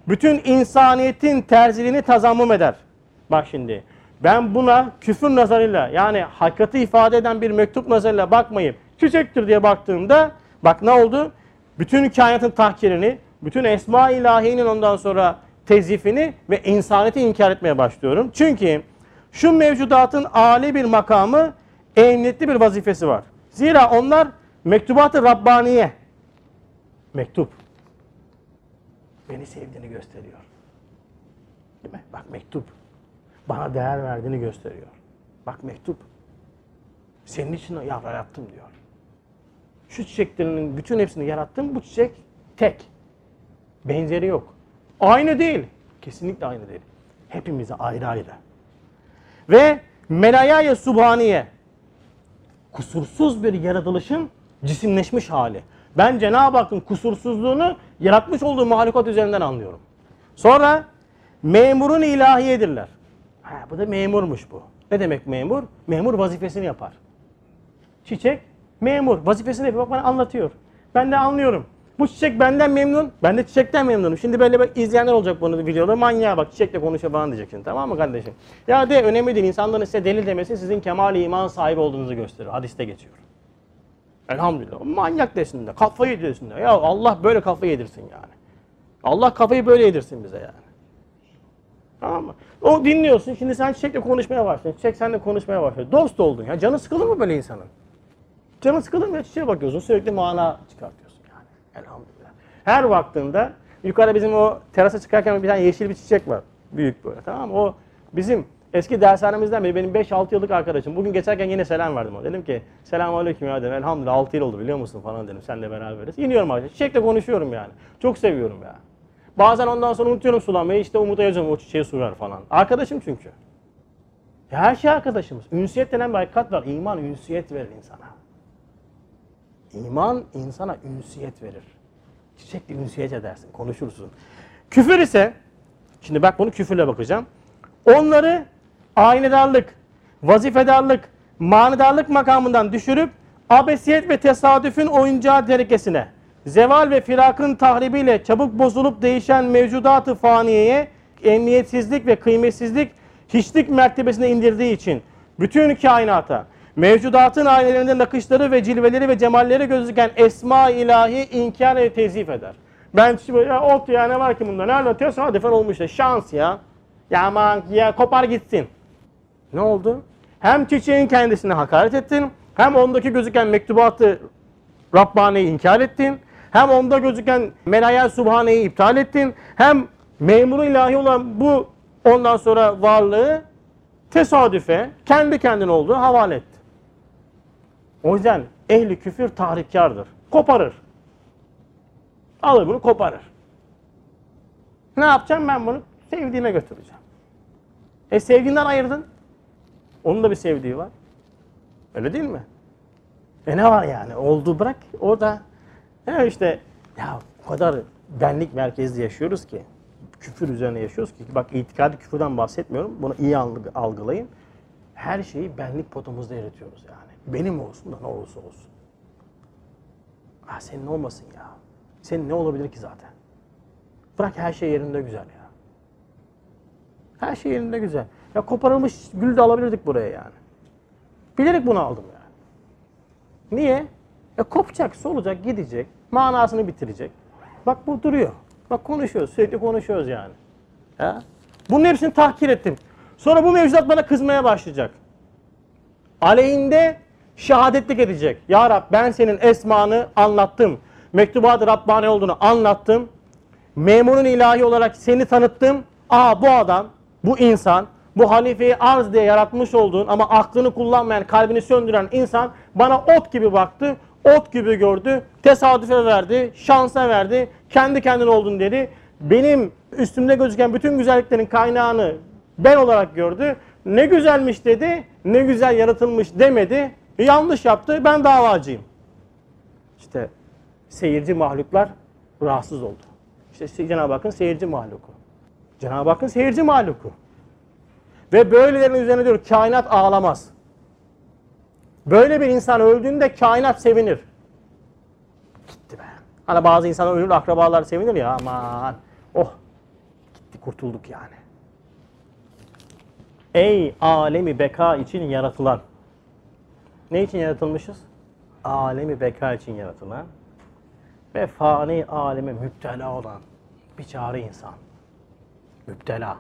[SPEAKER 1] bütün insaniyetin terziliğini tazammüm eder. Bak şimdi, ben buna küfür nazarıyla, yani hakikati ifade eden bir mektup nazarıyla bakmayıp çiçektir diye baktığımda, bak ne oldu? Bütün kainatın tahkirini, bütün esma-i ilahinin ondan sonra tezifini ve insaniyeti inkar etmeye başlıyorum. Çünkü şu mevcudatın âli bir makamı, emniyetli bir vazifesi var. Zira onlar mektubat-ı Rabbaniye, mektup, beni sevdiğini gösteriyor. Değil mi? Bak mektup, bana değer verdiğini gösteriyor. Bak mektup, senin için yarattım diyor. Şu çiçeklerinin bütün hepsini yarattım, bu çiçek tek. Benzeri yok. Aynı değil. Kesinlikle aynı değil. Hepimize ayrı ayrı. Ve Melaya-i Subhaniye, kusursuz bir yaratılışın cisimleşmiş hali. Ben Cenab-ı Hakk'ın kusursuzluğunu yaratmış olduğu mahlukat üzerinden anlıyorum. Sonra memurun ilahiyedirler. Ha, bu da memurmuş bu. Ne demek memur? Memur vazifesini yapar. Çiçek memur vazifesini yapıyor. Bak bana anlatıyor. Ben de anlıyorum. Bu çiçek benden memnun. Ben de çiçekten memnunum. Şimdi böyle bak, izleyenler olacak bunu videoda. Manyağa bak, çiçekle konuşuyor falan diyeceksin. Tamam mı kardeşim? Ya de önemli değil. İnsanların size deli demesi sizin kemal-i iman sahibi olduğunuzu gösterir. Hadiste geçiyor. Elhamdülillah. Manyak desin de. Kafayı yedirsin de. Ya Allah böyle kafayı yedirsin yani. Allah kafayı böyle yedirsin bize yani. Tamam mı? O dinliyorsun. Şimdi sen çiçekle konuşmaya başladın. Çiçek seninle konuşmaya başladı. Dost oldun ya. Canı sıkılır mı böyle insanın? Canı sıkılır mı? Çiçeğe bakıyorsun. Sürekli mana çıkartıyorsun yani. Elhamdülillah. Her vaktinde yukarıda bizim o terasa çıkarken bir tane yeşil bir çiçek var. Büyük böyle. Tamam mı? O bizim eski dershanemizden beri benim beş altı yıllık arkadaşım. Bugün geçerken yine selam verdim ona. Dedim ki selamünaleyküm ya dedim. Elhamdülillah altı yıl oldu biliyor musun falan dedim. Seninle beraberiz. İniyorum arkadaşlar. Çiçekle konuşuyorum yani. Çok seviyorum ya. Bazen ondan sonra unutuyorum sulamayı. İşte Umut'a yazıyorum o çiçeği su ver falan. Arkadaşım çünkü. Ya her şey arkadaşımız. Ünsiyet denen bir hakikat var. İman ünsiyet verir insana. İman insana ünsiyet verir. Çiçekle ünsiyet edersin, konuşursun. Küfür ise, şimdi bak bunu küfürle bakacağım. Onları aynedarlık, vazifedarlık, manidarlık makamından düşürüp abesiyet ve tesadüfün oyuncağı derekesine, zeval ve firakın tahribiyle çabuk bozulup değişen mevcudat-ı faniyeye emniyetsizlik ve kıymetsizlik hiçlik mertebesine indirdiği için bütün kainata, mevcudatın aynelerinde nakışları ve cilveleri ve cemalleri gözüken esma-i ilahi inkar ve tezif eder. Ben şimdi ya ot ya ne var ki bunda? Ne anlatıyor? Tesadüfen olmuş ya. Şans ya. Ya aman ya kopar gitsin. Ne oldu? Hem çiçeğin kendisine hakaret ettin, hem ondaki gözüken mektubatı Rabbani'yi inkar ettin, hem onda gözüken Melaya Subhane'yi iptal ettin, hem memuru ilahi olan bu ondan sonra varlığı tesadüfe kendi kendine olduğu havale etti. O yüzden ehli küfür tahrikkardır. Koparır. Alır bunu koparır. Ne yapacağım ben bunu? Sevdiğime götüreceğim. E sevdiğinden ayırdın. Onun da bir sevdiği var. Öyle değil mi? E ne var yani? Oldu bırak. O da ya işte ya o kadar benlik merkezli yaşıyoruz ki. Küfür üzerine yaşıyoruz ki. Bak itikadi küfürden bahsetmiyorum. Bunu iyi algılayın. Her şeyi benlik potamızda yaratıyoruz yani. Benim olsun da ne olursa olsun. Ha senin olmasın ya. Senin ne olabilir ki zaten? Bırak her şey yerinde güzel ya. Her şey yerinde güzel. Ya koparılmış gül de alabilirdik buraya yani. Bilerek bunu aldım yani. Niye? Ya kopacak, solacak, gidecek. Manasını bitirecek. Bak bu duruyor. Bak konuşuyoruz, sürekli konuşuyoruz yani. Ya. Bunun hepsini tahkir ettim. Sonra bu mevcudat bana kızmaya başlayacak. Aleyhinde şehadetlik edecek. Ya Rab ben senin esmanı anlattım. Mektubat-ı Rabbani olduğunu anlattım. Memurun ilahi olarak seni tanıttım. Aa bu adam, bu insan, bu halifeyi arz diye yaratmış olduğun ama aklını kullanmayan, kalbini söndüren insan bana ot gibi baktı, ot gibi gördü, tesadüfe verdi, şansa verdi, kendi kendine oldun dedi. Benim üstümde gözüken bütün güzelliklerin kaynağını ben olarak gördü. Ne güzelmiş dedi, ne güzel yaratılmış demedi. Yanlış yaptı, ben davacıyım. İşte seyirci mahluklar rahatsız oldu. İşte Cenab-ı Hakk'ın seyirci mahluku. Cenab-ı Hakk'ın seyirci mahluku. Ve böylelerinin üzerine diyor kainat ağlamaz. Böyle bir insan öldüğünde kainat sevinir. Gitti be. Hani bazı insanlar ölür, akrabalar sevinir ya aman. Oh kurtulduk yani. Ey alemi beka için yaratılan. Ne için yaratılmışız? Alemi beka için yaratılan ve fani aleme müptela olan biçare insan. Müptela.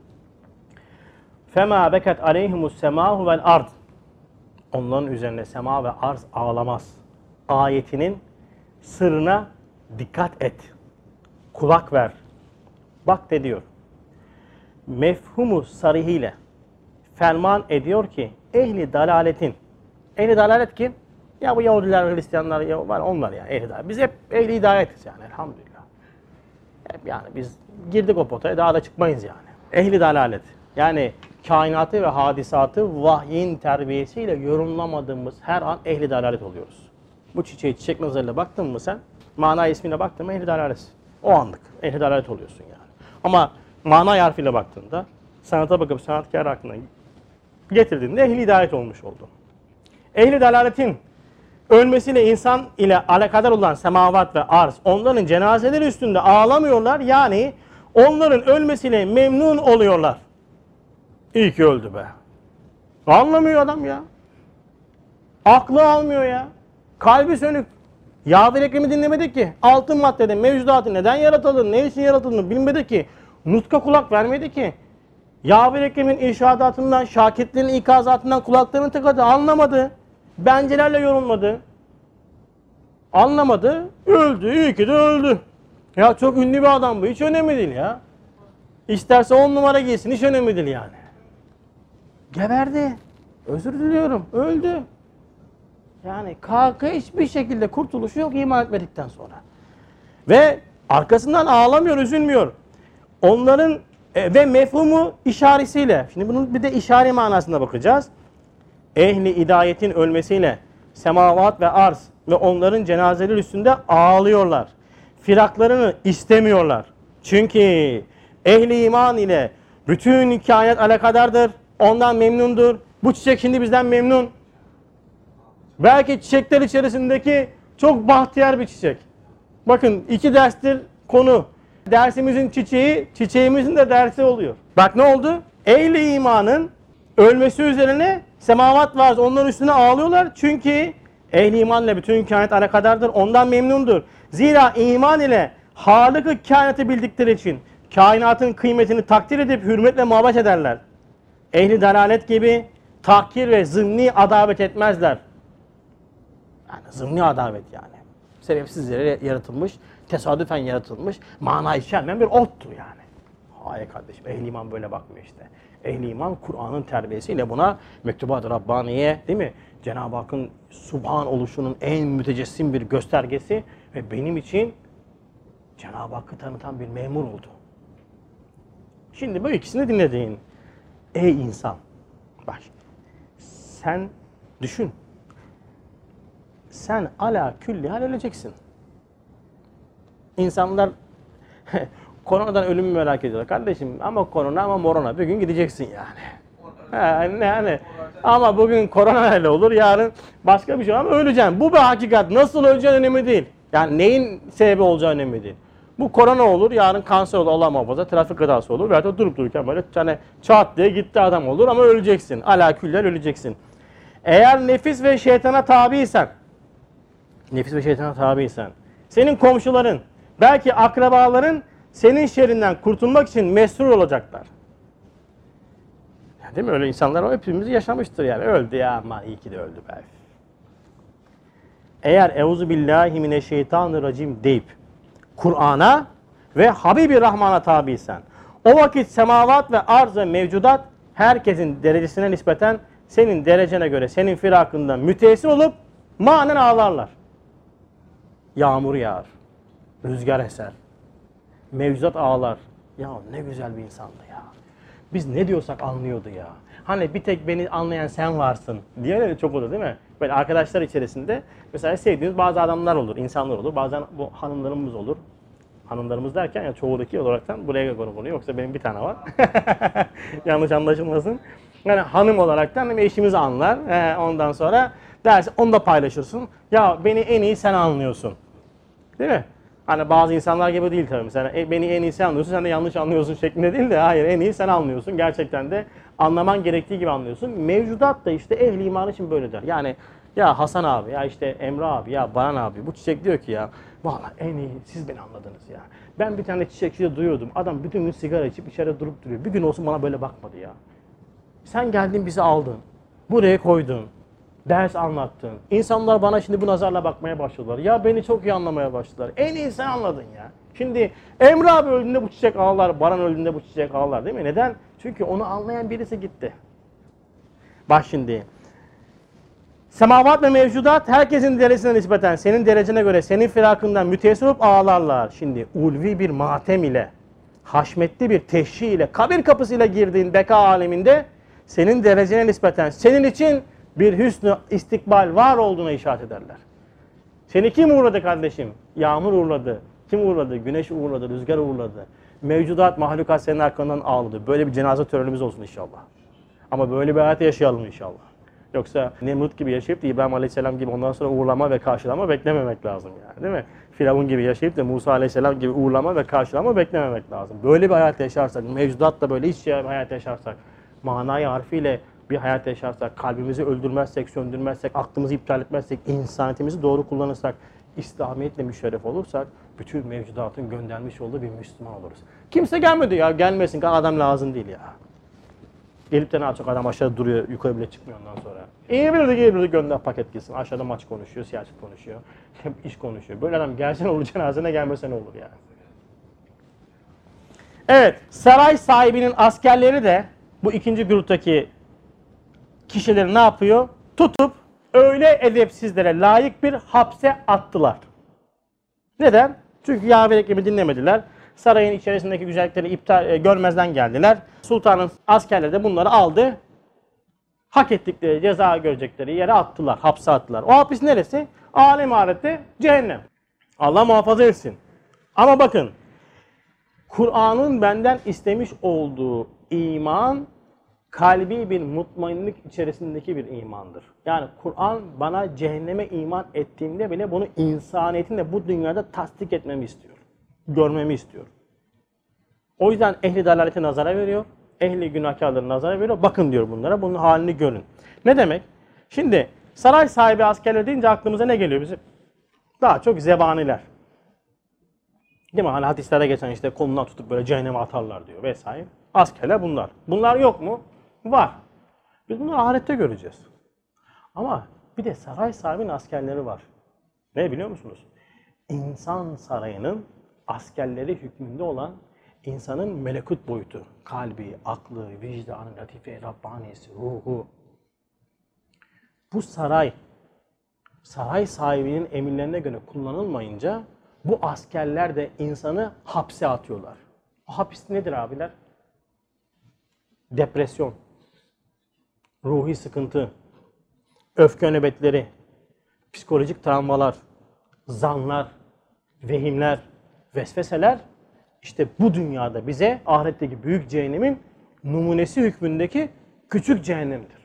[SPEAKER 1] Fema bekat aleyhimus semahu vel ard. Onların üzerine sema ve arz ağlamaz. Ayetinin sırrına dikkat et. Kulak ver. Bak de diyor. Mefhumu sarihiyle ferman ediyor ki ehli dalaletin. Ehli dalalet kim? Ya bu Yahudiler, Hristiyanlar ya var onlar ya ehli dalalet. Biz hep ehli hidayetiz yani elhamdülillah. Hep yani biz girdik o potaya daha da çıkmayız yani. Ehli dalalet. Yani kainatı ve hadisatı vahyin terbiyesiyle yorumlamadığımız her an ehli dalalet oluyoruz. Bu çiçeği çiçek nazarıyla baktın mı sen? Mana ismine baktın mı ehli dalaletsin. O anlık ehli dalalet oluyorsun yani. Ama mana harfiyle baktığında sanata bakıp sanatkar aklına getirdiğinde ehli hidayet olmuş oldu. Ehli dalaletin ölmesiyle insan ile alakadar olan semavat ve arz onların cenazeleri üstünde ağlamıyorlar. Yani onların ölmesiyle memnun oluyorlar. İyi ki öldü be. Anlamıyor adam ya. Aklı almıyor ya. Kalbi sönük. Yağ-ı Ekrem'i dinlemedik ki. Altın maddede mevcudatı neden yaratıldığını, ne için yaratıldığını bilmedik ki. Nutka kulak vermedi ki. Yağ-ı Ekrem'in irşadatından, şakirtlerin ikazatından kulaklarını tıkadı. Anlamadı. Bencelerle yorumladı. Anlamadı. Öldü. İyi ki de öldü. Ya çok ünlü bir adam bu. Hiç önemli değil ya. İsterse on numara giysin. Hiç önemli değil yani. Geberdi. Özür diliyorum. Öldü. Yani kalka hiçbir şekilde kurtuluşu yok iman etmedikten sonra. Ve arkasından ağlamıyor, üzülmüyor. Onların e, ve mefhumu işaresiyle. Şimdi bunun bir de işare manasına bakacağız. Ehli hidayetin ölmesiyle semavat ve arz ve onların cenazeleri üstünde ağlıyorlar. Firaklarını istemiyorlar. Çünkü ehli iman ile bütün kainat alakadardır. Ondan memnundur. Bu çiçek şimdi bizden memnun. Belki çiçekler içerisindeki çok bahtiyar bir çiçek. Bakın iki derstir konu. Dersimizin çiçeği, çiçeğimizin de dersi oluyor. Bak ne oldu? Ehli imanın ölmesi üzerine semavat var. Onların üstüne ağlıyorlar. Çünkü ehli iman ile bütün kainat alakadardır. Ondan memnundur. Zira iman ile Halık-ı kainatı bildikleri için kainatın kıymetini takdir edip hürmetle muhabbet ederler. Ehli dalalet gibi tahkir ve zımni adavet etmezler. Yani zımni adavet yani. Sebepsiz yere yaratılmış, tesadüfen yaratılmış, mana içermeyen bir ottur yani. Hayır kardeşim, ehli iman böyle bakmıyor işte. Ehli iman Kur'an'ın terbiyesiyle buna Mektubat-ı Rabbaniye değil mi? Cenab-ı Hakk'ın subhan oluşunun en mütecessim bir göstergesi ve benim için Cenab-ı Hakk'ı tanıtan bir memur oldu. Şimdi bu ikisini dinlediğin ey insan, bak sen düşün. Sen ala külli hal öleceksin. İnsanlar koronadan ölümü merak ediyorlar. Kardeşim ama korona ama morona bir gün gideceksin yani. He, yani ama bugün korona öyle olur, yarın başka bir şey ama öleceksin. Bu bir hakikat. Nasıl öleceğin önemli değil. Yani neyin sebebi olacağı önemli değil. Bu korona olur, yarın kanser olur, Allah muhafaza, trafik kazası olur. Veyahut da durup dururken böyle hani çat diye gitti adam olur ama öleceksin. Ala küller öleceksin. Eğer nefis ve şeytana tabiysen, nefis ve şeytana tabiysen, senin komşuların, belki akrabaların senin şerrinden kurtulmak için mesrur olacaklar. Değil mi? Öyle insanlar o hepimiz yaşamıştır yani. Öldü ya aman iyi ki de öldü be. Eğer euzubillahimineşşeytanirracim deyip Kur'an'a ve Habibi Rahman'a tabiysen, o vakit semavat ve arz ve mevcudat herkesin derecesine nispeten senin derecene göre senin firakından müteessir olup manen ağlarlar. Yağmur yağar, rüzgar eser, mevcudat ağlar. Ya ne güzel bir insandı ya. Biz ne diyorsak anlıyordu ya. Hani bir tek beni anlayan sen varsın diye de çok olur değil mi? Böyle arkadaşlar içerisinde mesela sevdiğiniz bazı adamlar olur, insanlar olur. Bazen bu hanımlarımız olur. Hanımlarımız derken ya çoğudaki olaraktan buraya konu konuyor. Yoksa benim bir tane var. Yanlış anlaşılmasın. Yani hanım olaraktan hem eşimizi anlar. He, ondan sonra dersin onu da paylaşırsın. Ya beni en iyi sen anlıyorsun. Değil mi? Hani bazı insanlar gibi değil tabii. Sen e, beni en iyi sen anlıyorsun, sen de yanlış anlıyorsun şeklinde değil de hayır en iyi sen anlıyorsun. Gerçekten de anlaman gerektiği gibi anlıyorsun. Mevcudat da işte ehli iman için böyle der. Yani ya Hasan abi, ya işte Emre abi, ya Baran abi bu çiçek diyor ki ya vallahi en iyi siz beni anladınız ya. Ben bir tane çiçekçide duyuyordum. Adam bütün gün sigara içip içeride durup duruyor. Bir gün olsun bana böyle bakmadı ya. Sen geldin bizi aldın. Buraya koydun. Ders anlattın. İnsanlar bana şimdi bu nazarla bakmaya başladılar. Ya beni çok iyi anlamaya başladılar. En iyi sen anladın ya. Şimdi Emre abi öldüğünde bu çiçek ağlar, Baran öldüğünde bu çiçek ağlar değil mi? Neden? Çünkü onu anlayan birisi gitti. Bak şimdi. Semavat ve mevcudat herkesin derecesine nispeten, senin derecene göre, senin firakından müteessir olup ağlarlar. Şimdi ulvi bir matem ile, haşmetli bir teşhi ile, kabir kapısıyla girdiğin beka aleminde senin derecene nispeten, senin için bir hüsnü istikbal var olduğuna işaret ederler. Seni kim uğurladı kardeşim? Yağmur uğurladı. Kim uğurladı? Güneş uğurladı, rüzgar uğurladı. Mevcudat, mahlukat senin arkandan ağladı. Böyle bir cenaze törenimiz olsun inşallah. Ama böyle bir hayat yaşayalım inşallah. Yoksa Nemrut gibi yaşayıp da İbrahim Aleyhisselam gibi ondan sonra uğurlama ve karşılama beklememek lazım yani, değil mi? Firavun gibi yaşayıp da Musa Aleyhisselam gibi uğurlama ve karşılama beklememek lazım. Böyle bir hayat yaşarsak, mevcudatla böyle iç bir hayat yaşarsak, manayı harfiyle bir hayat yaşarsak, kalbimizi öldürmezsek, söndürmezsek, aklımızı iptal etmezsek, insaniyetimizi doğru kullanırsak, İslamiyetle müşerref olursak, bütün mevcudatın göndermiş olduğu bir Müslüman oluruz. Kimse gelmedi ya, gelmesin, adam lazım değil ya. Gelip de ne yapacak? Adam aşağıda duruyor, yukarı bile çıkmıyor ondan sonra. İyi bilirdi, iyi bilirdi, gönder paket gitsin. Aşağıda maç konuşuyor, siyaset konuşuyor, iş konuşuyor. Böyle adam gelsen olur, cenazene gelmesen olur yani. Evet, saray sahibinin askerleri de bu ikinci gruptaki kişileri ne yapıyor? Tutup öyle edepsizlere layık bir hapse attılar. Neden? Çünkü Yahve ekremi dinlemediler. Sarayın içerisindeki güzellikleri iptal, e, görmezden geldiler. Sultanın askerleri de bunları aldı. Hak ettikleri ceza görecekleri yere attılar, hapse attılar. O hapis neresi? Alem ahirette cehennem. Allah muhafaza etsin. Ama bakın, Kur'an'ın benden istemiş olduğu iman, kalbi bir mutmainlik içerisindeki bir imandır. Yani Kur'an bana cehenneme iman ettiğimde bile bunu insaniyetin bu dünyada tasdik etmemi istiyor. Görmemi istiyor. O yüzden ehli dalalete nazara veriyor. Ehli günahkarları nazara veriyor. Bakın diyor bunlara. Bunun halini görün. Ne demek? Şimdi saray sahibi askerler deyince aklımıza ne geliyor bizim? Daha çok zebaniler. Değil mi? Hani hadislerde geçen işte kolundan tutup böyle cehenneme atarlar diyor vesaire. Askerler bunlar. Bunlar yok mu? Var. Biz bunu ahirette göreceğiz. Ama bir de saray sahibinin askerleri var. Ne biliyor musunuz? İnsan sarayının askerleri hükmünde olan insanın melekut boyutu. Kalbi, aklı, vicdanı, latife, Rabbanisi, ruhu. Bu saray, saray sahibinin emirlerine göre kullanılmayınca bu askerler de insanı hapse atıyorlar. O hapis nedir abiler? Depresyon, ruhi sıkıntı, öfke nöbetleri, psikolojik travmalar, zanlar, vehimler, vesveseler işte bu dünyada bize ahiretteki büyük cehennemin numunesi hükmündeki küçük cehennemdir.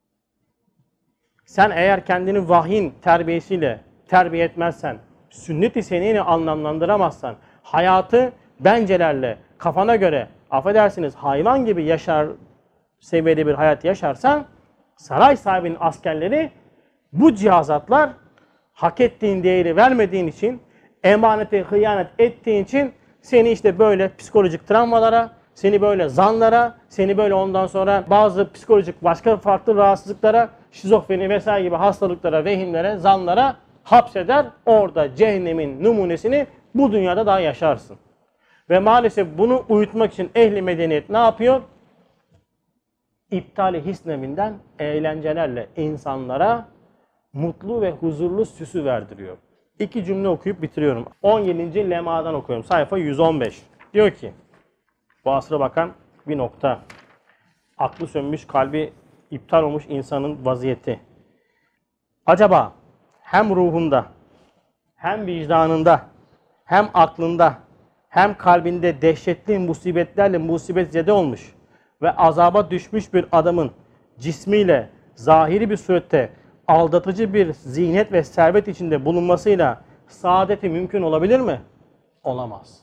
[SPEAKER 1] Sen eğer kendini vahyin terbiyesiyle terbiye etmezsen, sünnet-i seniyeni anlamlandıramazsan, hayatı bencelerle, kafana göre, affedersiniz hayvan gibi yaşar seviyede bir hayat yaşarsan, saray sahibinin askerleri bu cihazatlar hak ettiğin değeri vermediğin için, emanete hıyanet ettiğin için seni işte böyle psikolojik travmalara, seni böyle zanlara, seni böyle ondan sonra bazı psikolojik başka farklı rahatsızlıklara, şizofreni vesaire gibi hastalıklara, vehimlere, zanlara hapseder. Orada cehennemin numunesini bu dünyada daha yaşarsın. Ve maalesef bunu uyutmak için ehli medeniyet ne yapıyor? İptali hisneminden eğlencelerle insanlara mutlu ve huzurlu süsü verdiriyor. İki cümle okuyup bitiriyorum. on yedinci lemadan okuyorum. Sayfa yüz on beş. Diyor ki, bu asra bakan bir nokta. Aklı sönmüş, kalbi iptal olmuş insanın vaziyeti. Acaba hem ruhunda, hem vicdanında, hem aklında, hem kalbinde dehşetli musibetlerle musibetzede olmuş ve azaba düşmüş bir adamın cismiyle zahiri bir surette aldatıcı bir zihnet ve servet içinde bulunmasıyla saadeti mümkün olabilir mi? Olamaz.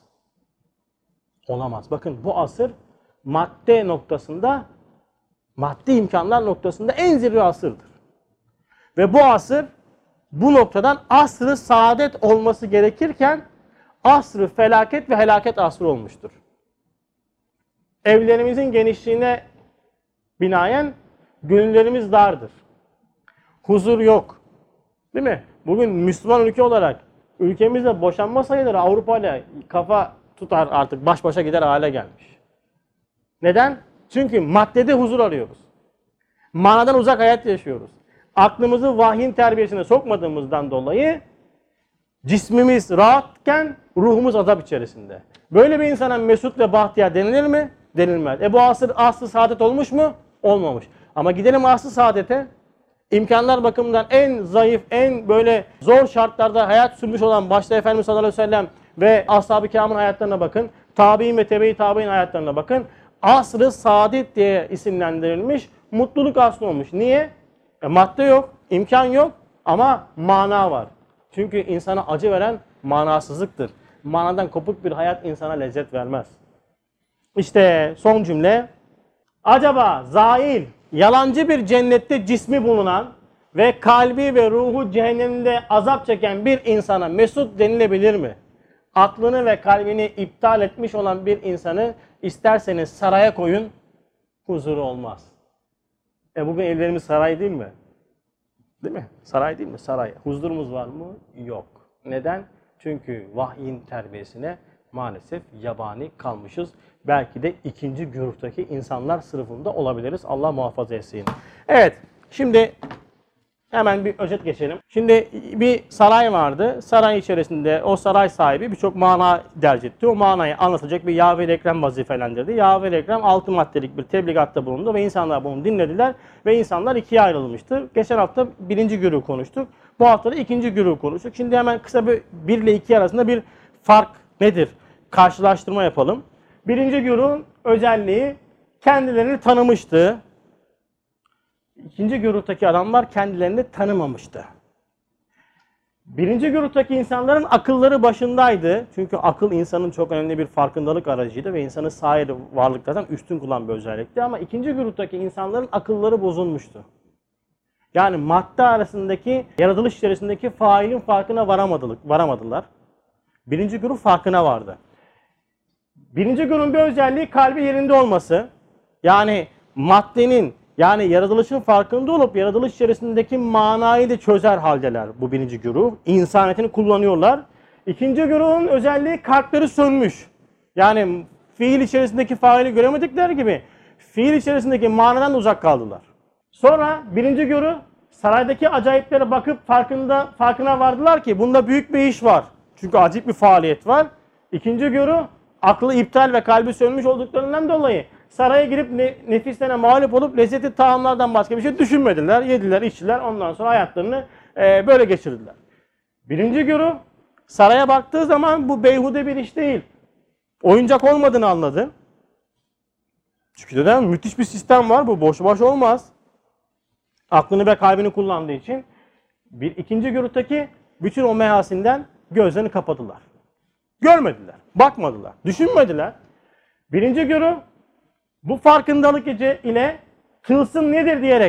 [SPEAKER 1] Olamaz. Bakın bu asır madde noktasında, maddi imkanlar noktasında en zirve asırdır. Ve bu asır bu noktadan asr-ı saadet olması gerekirken asr-ı felaket ve helaket asrı olmuştur. Evlerimizin genişliğine binaen gönüllerimiz dardır. Huzur yok. Değil mi? Bugün Müslüman ülke olarak ülkemizde boşanma sayıları Avrupa ile kafa tutar, artık baş başa gider hale gelmiş. Neden? Çünkü maddede huzur arıyoruz. Manadan uzak hayat yaşıyoruz. Aklımızı vahyin terbiyesine sokmadığımızdan dolayı cismimiz rahatken ruhumuz azap içerisinde. Böyle bir insana mesut ve bahtiyar denilir mi? Denilmez. E bu asır asr-ı saadet olmuş mu? Olmamış. Ama gidelim asr-ı saadete. İmkanlar bakımından en zayıf, en böyle zor şartlarda hayat sürmüş olan başta Efendimiz sallallahu aleyhi ve sellem ve ashab-ı kiramın hayatlarına bakın. Tabi'in ve tebe-i tabi'in hayatlarına bakın. Asr-ı saadet diye isimlendirilmiş, mutluluk asrı olmuş. Niye? E, madde yok, imkan yok ama mana var. Çünkü insana acı veren manasızlıktır. Manadan kopuk bir hayat insana lezzet vermez. İşte son cümle. Acaba zail, yalancı bir cennette cismi bulunan ve kalbi ve ruhu cehennemde azap çeken bir insana mesut denilebilir mi? Aklını ve kalbini iptal etmiş olan bir insanı isterseniz saraya koyun, huzuru olmaz. E bugün evlerimiz saray değil mi? Değil mi? Saray değil mi? Saray. Huzurumuz var mı? Yok. Neden? Çünkü vahyin terbiyesine maalesef yabani kalmışız. Belki de ikinci güruhtaki insanlar sınıfında olabiliriz. Allah muhafaza etsin. Evet. Şimdi hemen bir özet geçelim. Şimdi bir saray vardı. Saray içerisinde o saray sahibi birçok mana derc etti. O manayı anlatacak bir Yâve-i Ekrem vazifelendirdi. Yâve-i Ekrem altı maddelik bir tebligatta bulundu ve insanlar bunu dinlediler ve insanlar ikiye ayrılmıştı. Geçen hafta birinci güruh konuştuk. Bu hafta da ikinci güruh konuştuk. Şimdi hemen kısa bir bir ile iki arasında bir fark nedir? Karşılaştırma yapalım. Birinci güruhun özelliği kendilerini tanımıştı. İkinci güruhtaki adamlar kendilerini tanımamıştı. Birinci güruhtaki insanların akılları başındaydı. Çünkü akıl insanın çok önemli bir farkındalık aracıydı ve insanı sair varlıklardan üstün kılan bir özellikti. Ama ikinci güruhtaki insanların akılları bozulmuştu. Yani madde arasındaki, yaratılış içerisindeki failin farkına varamadılar. Birinci güruh farkına vardı. Birinci güruhun bir özelliği kalbi yerinde olması. Yani maddenin, yani yaratılışın farkında olup yaratılış içerisindeki manayı da çözer haldeler bu birinci güruh. İnsaniyetini kullanıyorlar. İkinci güruhun özelliği kalpleri sönmüş. Yani fiil içerisindeki faili göremedikleri gibi fiil içerisindeki manadan uzak kaldılar. Sonra birinci güruh saraydaki acayiplere bakıp farkında farkına vardılar ki bunda büyük bir iş var. Çünkü acayip bir faaliyet var. İkinci güruh aklı iptal ve kalbi sönmüş olduklarından dolayı saraya girip ne, nefislerine mağlup olup lezzeti taamlardan başka bir şey düşünmediler. Yediler, içtiler. Ondan sonra hayatlarını e, böyle geçirdiler. Birinci güruh saraya baktığı zaman bu beyhude bir iş değil. Oyuncak olmadığını anladı. Çünkü neden? Müthiş bir sistem var. Bu boş boş olmaz. Aklını ve kalbini kullandığı için bir ikinci güruhtaki bütün o mehasinden gözlerini kapadılar. Görmediler, bakmadılar, düşünmediler. Birinci güruh bu farkındalık ile tılsım nedir diyerek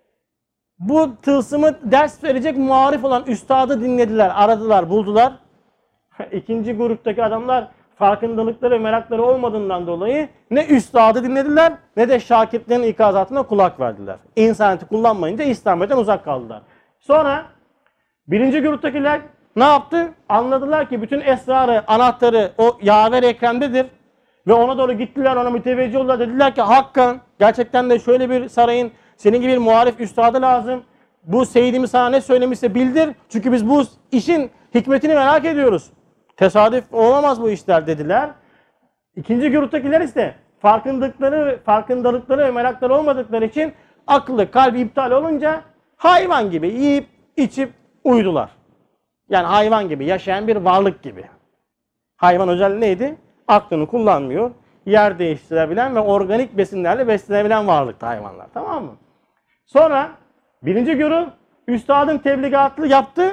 [SPEAKER 1] bu tılsımı ders verecek muarif olan üstadı dinlediler, aradılar, buldular. İkinci gruptaki adamlar farkındalıkları ve merakları olmadığından dolayı ne üstadı dinlediler ne de şakirtlerin ikazatına kulak verdiler. İnsaniyeti kullanmayınca İslamiyet'ten uzak kaldılar. Sonra birinci gruptakiler ne yaptı? Anladılar ki bütün esrarı, anahtarı o Yâve-i Ekrem'dedir. Ve ona doğru gittiler, ona müteveccih oldular. Dediler ki Hakkın, gerçekten de şöyle bir sarayın, senin gibi bir muharif üstadı lazım. Bu Seyyidimiz sana ne söylemişse bildir. Çünkü biz bu işin hikmetini merak ediyoruz. Tesadüf olamaz bu işler dediler. İkinci gruptakiler ise farkındalıkları, farkındalıkları ve merakları olmadıkları için aklı, kalbi iptal olunca hayvan gibi yiyip içip uyudular. Yani hayvan gibi, yaşayan bir varlık gibi. Hayvan özelliği neydi? Aklını kullanmıyor, yer değiştirebilen ve organik besinlerle beslenebilen varlıkta hayvanlar. Tamam mı? Sonra birinci güruh üstadın tebligatını yaptı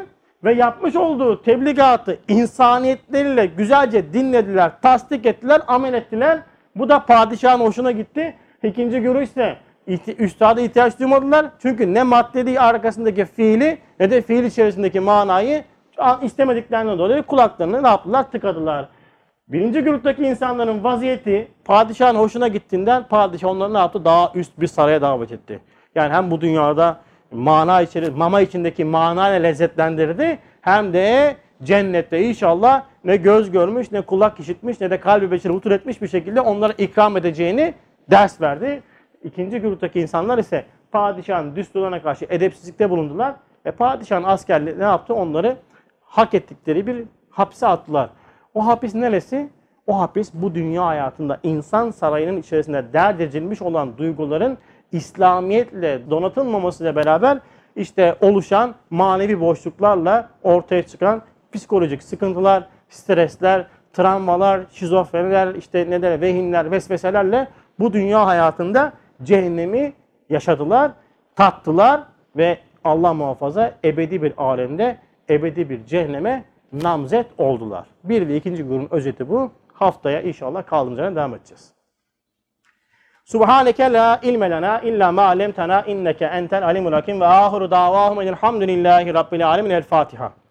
[SPEAKER 1] ve yapmış olduğu tebligatı insaniyetleriyle güzelce dinlediler, tasdik ettiler, amel ettiler. Bu da padişahın hoşuna gitti. İkinci görüş ise üstada ihtiyaç duymadılar. Çünkü ne maddeyi arkasındaki fiili ne de fiil içerisindeki manayı istemediklerinden dolayı kulaklarını ne yaptılar? Tıkadılar. Birinci gruptaki insanların vaziyeti padişahın hoşuna gittiğinden padişah onları ne yaptı? Daha üst bir saraya davet etti. Yani hem bu dünyada mana içeri, mama içindeki manayla lezzetlendirdi, hem de cennette inşallah ne göz görmüş, ne kulak işitmiş, ne de kalbi beşeri hutur etmiş bir şekilde onlara ikram edeceğini ders verdi. İkinci gruptaki insanlar ise padişahın düsturlarına karşı edepsizlikte bulundular ve padişahın askerleri ne yaptı? Onları hak ettikleri bir hapse attılar. O hapis neresi? O hapis bu dünya hayatında insan sarayının içerisinde dert edilmiş olan duyguların İslamiyetle donatılmamasıyla beraber işte oluşan manevi boşluklarla ortaya çıkan psikolojik sıkıntılar, stresler, travmalar, şizofreniler, işte ne der, vehimler, vesveselerle bu dünya hayatında cehennemi yaşadılar, tattılar ve Allah muhafaza ebedi bir alemde, ebedi bir cehenneme namzet oldular. Bir ve ikinci grubun özeti bu. Haftaya inşallah kaldığımız yerden devam edeceğiz. Subhaneke la ilme lena illa ma allamtana inneke entel alimul hakim ve ahiru davahum elhamdülillahi rabbil alamin. El Fatiha.